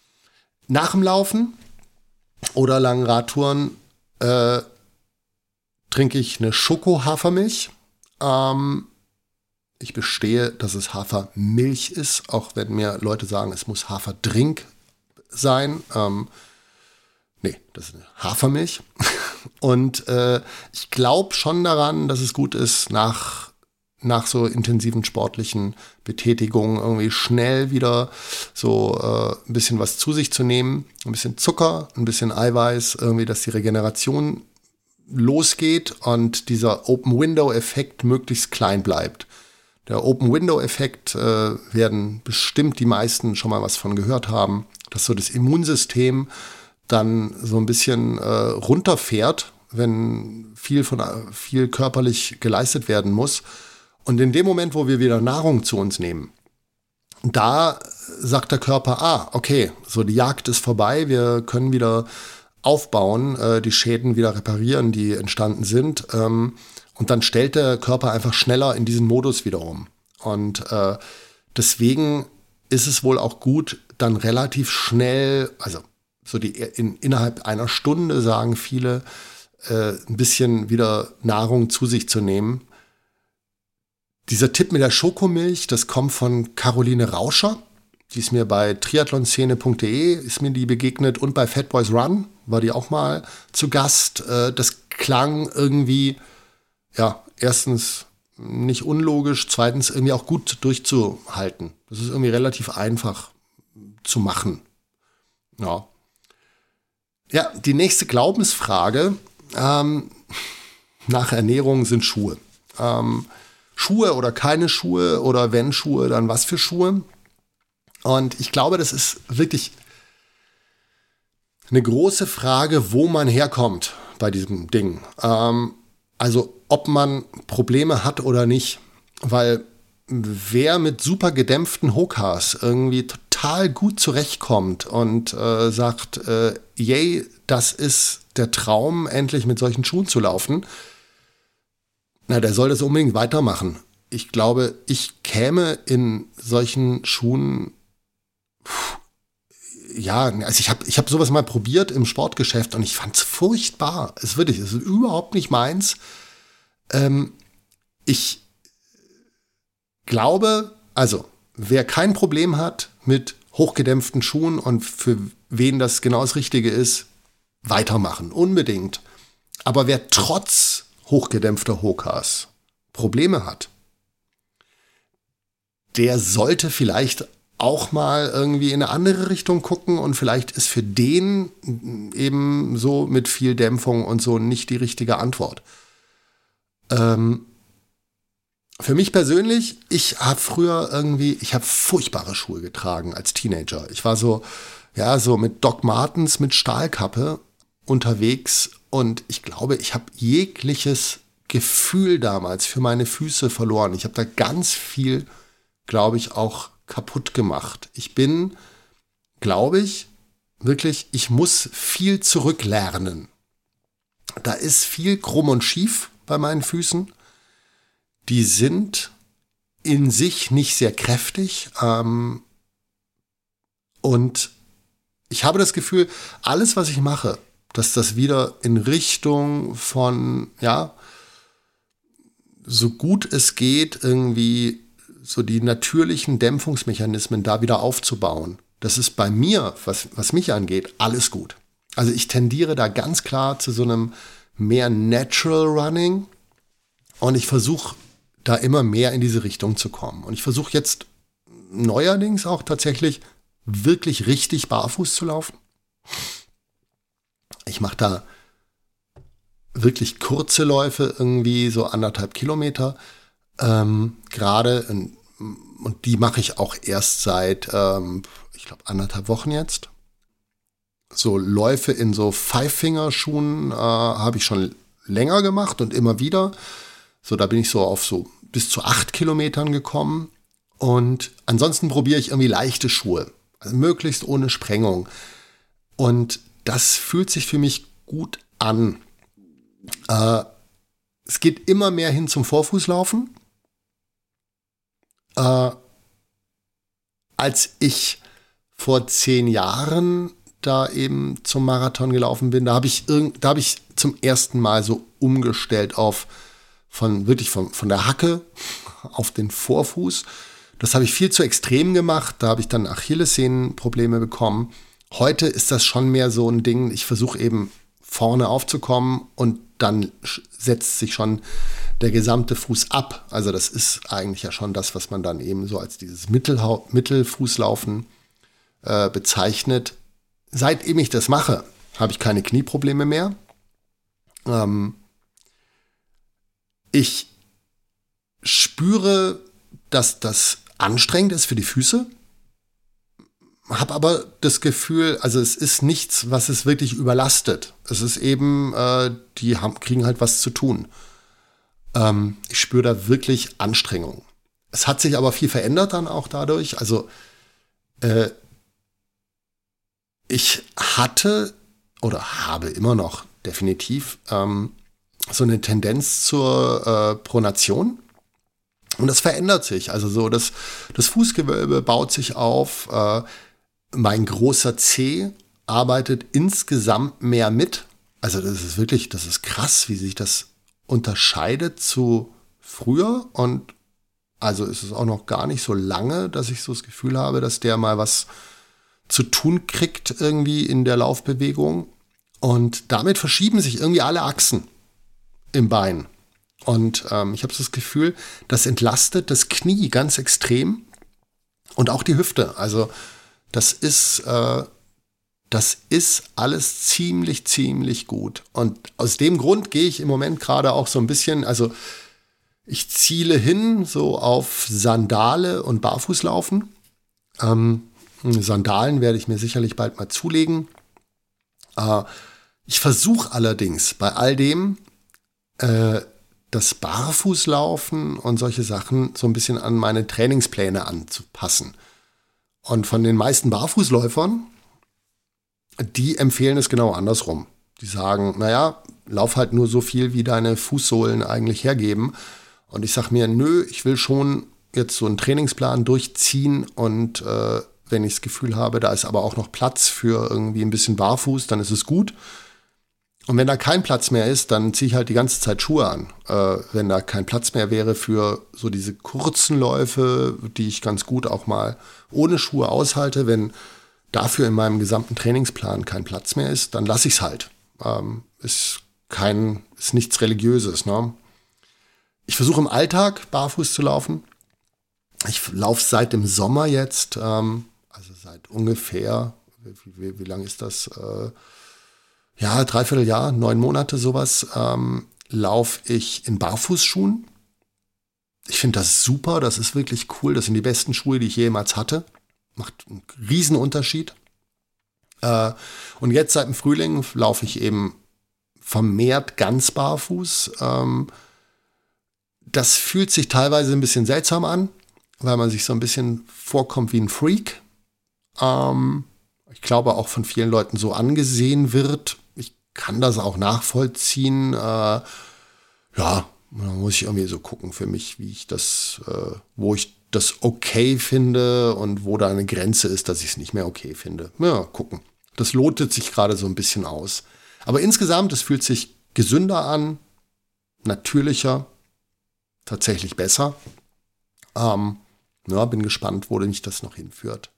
Nach dem Laufen oder langen Radtouren äh, trinke ich eine Schoko-Hafermilch. Ähm, ich bestehe, dass es Hafermilch ist, auch wenn mir Leute sagen, es muss Haferdrink sein. Ähm, nee, das ist eine Hafermilch. Und äh, ich glaube schon daran, dass es gut ist, nach nach so intensiven sportlichen Betätigungen irgendwie schnell wieder so äh, ein bisschen was zu sich zu nehmen, ein bisschen Zucker, ein bisschen Eiweiß, irgendwie, dass die Regeneration losgeht und dieser Open-Window-Effekt möglichst klein bleibt. Der Open-Window-Effekt äh, werden bestimmt die meisten schon mal was von gehört haben, dass so das Immunsystem dann so ein bisschen äh, runterfährt, wenn viel von viel körperlich geleistet werden muss. Und in dem Moment, wo wir wieder Nahrung zu uns nehmen, da sagt der Körper, ah, okay, so die Jagd ist vorbei, wir können wieder aufbauen, äh, die Schäden wieder reparieren, die entstanden sind. Ähm, und dann stellt der Körper einfach schneller in diesen Modus wieder um. Und äh, deswegen ist es wohl auch gut, dann relativ schnell, also so die in, innerhalb einer Stunde, sagen viele, äh, ein bisschen wieder Nahrung zu sich zu nehmen. Dieser Tipp mit der Schokomilch, das kommt von Caroline Rauscher. Die ist mir bei triathlonszene punkt de ist mir die begegnet und bei Fat Boys Run war die auch mal zu Gast. Das klang irgendwie, ja, erstens nicht unlogisch, zweitens irgendwie auch gut durchzuhalten. Das ist irgendwie relativ einfach zu machen. Ja, ja, die nächste Glaubensfrage ähm, nach Ernährung sind Schuhe. Ähm, Schuhe oder keine Schuhe oder wenn Schuhe, dann was für Schuhe? Und ich glaube, das ist wirklich eine große Frage, wo man herkommt bei diesem Ding. Ähm, also ob man Probleme hat oder nicht. Weil wer mit super gedämpften Hokas irgendwie total gut zurechtkommt und äh, sagt, äh, yay, das ist der Traum, endlich mit solchen Schuhen zu laufen, na, der soll das unbedingt weitermachen. Ich glaube, ich käme in solchen Schuhen, pff, ja, also ich habe ich hab sowas mal probiert im Sportgeschäft und ich fand es furchtbar. Es ist wirklich, es ist überhaupt nicht meins. Ähm, ich glaube, also wer kein Problem hat mit hochgedämpften Schuhen und für wen das genau das Richtige ist, weitermachen, unbedingt. Aber wer trotz hochgedämpfter Hokas Probleme hat, der sollte vielleicht auch mal irgendwie in eine andere Richtung gucken und vielleicht ist für den eben so mit viel Dämpfung und so nicht die richtige Antwort. Ähm, für mich persönlich, ich habe früher irgendwie, ich habe furchtbare Schuhe getragen als Teenager. Ich war so, ja, so mit Doc Martens, mit Stahlkappe unterwegs und ich glaube, ich habe jegliches Gefühl damals für meine Füße verloren. Ich habe da ganz viel, glaube ich, auch kaputt gemacht. Ich bin, glaube ich, wirklich, ich muss viel zurücklernen. Da ist viel krumm und schief bei meinen Füßen. Die sind in sich nicht sehr kräftig. Ähm, und ich habe das Gefühl, alles, was ich mache, dass das wieder in Richtung von, ja, so gut es geht, irgendwie so die natürlichen Dämpfungsmechanismen da wieder aufzubauen. Das ist bei mir, was, was mich angeht, alles gut. Also ich tendiere da ganz klar zu so einem mehr Natural Running und ich versuche da immer mehr in diese Richtung zu kommen. Und ich versuche jetzt neuerdings auch tatsächlich wirklich richtig barfuß zu laufen. Ich mache da wirklich kurze Läufe, irgendwie so anderthalb Kilometer. Ähm, gerade, in, und die mache ich auch erst seit, ähm, ich glaube, anderthalb Wochen jetzt. So Läufe in so Five-Finger-Schuhen äh, habe ich schon länger gemacht und immer wieder. So, da bin ich so auf so bis zu acht Kilometern gekommen. Und ansonsten probiere ich irgendwie leichte Schuhe. Also möglichst ohne Sprengung. Und das fühlt sich für mich gut an. Äh, es geht immer mehr hin zum Vorfußlaufen. Äh, als ich vor zehn Jahren da eben zum Marathon gelaufen bin, da habe ich, irgend, da hab ich zum ersten Mal so umgestellt auf von wirklich von, von der Hacke auf den Vorfuß. Das habe ich viel zu extrem gemacht. Da habe ich dann Achillessehnenprobleme bekommen. Heute ist das schon mehr so ein Ding. Ich versuche eben vorne aufzukommen und dann setzt sich schon der gesamte Fuß ab. Also das ist eigentlich ja schon das, was man dann eben so als dieses Mittelhau- Mittelfußlaufen äh, bezeichnet. Seitdem ich das mache, habe ich keine Knieprobleme mehr. Ähm, ich spüre, dass das anstrengend ist für die Füße, habe aber das Gefühl, also es ist nichts, was es wirklich überlastet. Es ist eben, äh, die haben, kriegen halt was zu tun. Ähm, ich spüre da wirklich Anstrengung. Es hat sich aber viel verändert dann auch dadurch. Also äh, ich hatte oder habe immer noch definitiv ähm, so eine Tendenz zur äh, Pronation. Und das verändert sich. Also so, das, das Fußgewölbe baut sich auf. Äh, mein großer Zeh arbeitet insgesamt mehr mit. Also das ist wirklich, das ist krass, wie sich das unterscheidet zu früher. Und also ist es auch noch gar nicht so lange, dass ich so das Gefühl habe, dass der mal was zu tun kriegt irgendwie in der Laufbewegung. Und damit verschieben sich irgendwie alle Achsen im Bein. Und ähm, ich habe das Gefühl, das entlastet das Knie ganz extrem und auch die Hüfte. Also das ist, äh, das ist alles ziemlich, ziemlich gut. Und aus dem Grund gehe ich im Moment gerade auch so ein bisschen, also ich ziele hin so auf Sandale und Barfußlaufen. Ähm, Sandalen werde ich mir sicherlich bald mal zulegen. Äh, ich versuche allerdings bei all dem, äh, das Barfußlaufen und solche Sachen so ein bisschen an meine Trainingspläne anzupassen. Und von den meisten Barfußläufern, die empfehlen es genau andersrum. Die sagen, naja, lauf halt nur so viel, wie deine Fußsohlen eigentlich hergeben. Und ich sage mir, nö, ich will schon jetzt so einen Trainingsplan durchziehen und äh, wenn ich das Gefühl habe, da ist aber auch noch Platz für irgendwie ein bisschen Barfuß, dann ist es gut. Und wenn da kein Platz mehr ist, dann ziehe ich halt die ganze Zeit Schuhe an. Äh, wenn da kein Platz mehr wäre für so diese kurzen Läufe, die ich ganz gut auch mal ohne Schuhe aushalte, wenn dafür in meinem gesamten Trainingsplan kein Platz mehr ist, dann lasse ich es halt. Ähm, ist kein, ist nichts Religiöses. Ne? Ich versuche im Alltag barfuß zu laufen. Ich laufe seit dem Sommer jetzt, ähm, also seit ungefähr, wie, wie, wie lang ist das? Äh, Ja, dreiviertel Jahr, neun Monate sowas, ähm, laufe ich in Barfußschuhen. Ich finde das super, das ist wirklich cool. Das sind die besten Schuhe, die ich jemals hatte. Macht einen riesen Unterschied. Äh, und jetzt seit dem Frühling laufe ich eben vermehrt ganz barfuß. Ähm, das fühlt sich teilweise ein bisschen seltsam an, weil man sich so ein bisschen vorkommt wie ein Freak. Ähm, ich glaube auch von vielen Leuten so angesehen wird. Ich kann das auch nachvollziehen. Äh, ja, da muss ich irgendwie so gucken für mich, wie ich das, äh, wo ich das okay finde und wo da eine Grenze ist, dass ich es nicht mehr okay finde. Ja, gucken. Das lotet sich gerade so ein bisschen aus. Aber insgesamt, es fühlt sich gesünder an, natürlicher, tatsächlich besser. Ähm, ja, bin gespannt, wo mich das noch hinführt.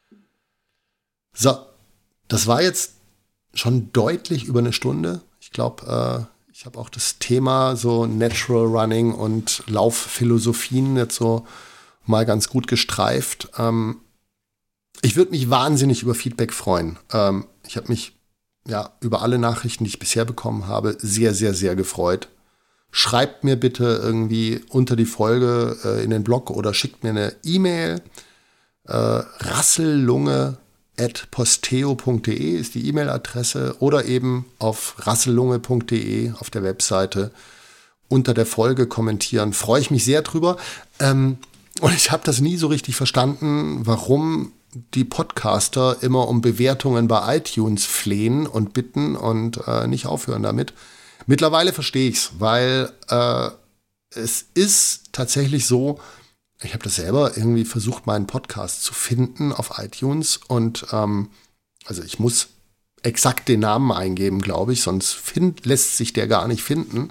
So, das war jetzt schon deutlich über eine Stunde. Ich glaube, äh, ich habe auch das Thema so Natural Running und Laufphilosophien jetzt so mal ganz gut gestreift. Ähm, ich würde mich wahnsinnig über Feedback freuen. Ähm, ich habe mich ja über alle Nachrichten, die ich bisher bekommen habe, sehr, sehr, sehr gefreut. Schreibt mir bitte irgendwie unter die Folge äh, in den Blog oder schickt mir eine E-Mail. Äh, rassellunge at posteo punkt de ist die E-Mail-Adresse oder eben auf rassellunge punkt de auf der Webseite unter der Folge kommentieren. Freue ich mich sehr drüber. Ähm, und ich habe das nie so richtig verstanden, warum die Podcaster immer um Bewertungen bei iTunes flehen und bitten und äh, nicht aufhören damit. Mittlerweile verstehe ich es, weil äh, es ist tatsächlich so, ich habe das selber irgendwie versucht, meinen Podcast zu finden auf iTunes und ähm, also ich muss exakt den Namen eingeben, glaube ich, sonst find, lässt sich der gar nicht finden.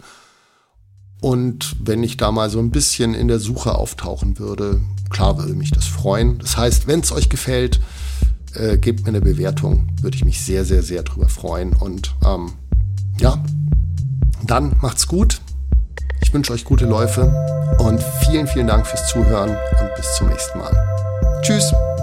Und wenn ich da mal so ein bisschen in der Suche auftauchen würde, klar würde mich das freuen. Das heißt, wenn es euch gefällt, äh, gebt mir eine Bewertung, würde ich mich sehr, sehr, sehr drüber freuen. Und ähm, ja, dann macht's gut. Ich wünsche euch gute Läufe und vielen, vielen Dank fürs Zuhören und bis zum nächsten Mal. Tschüss!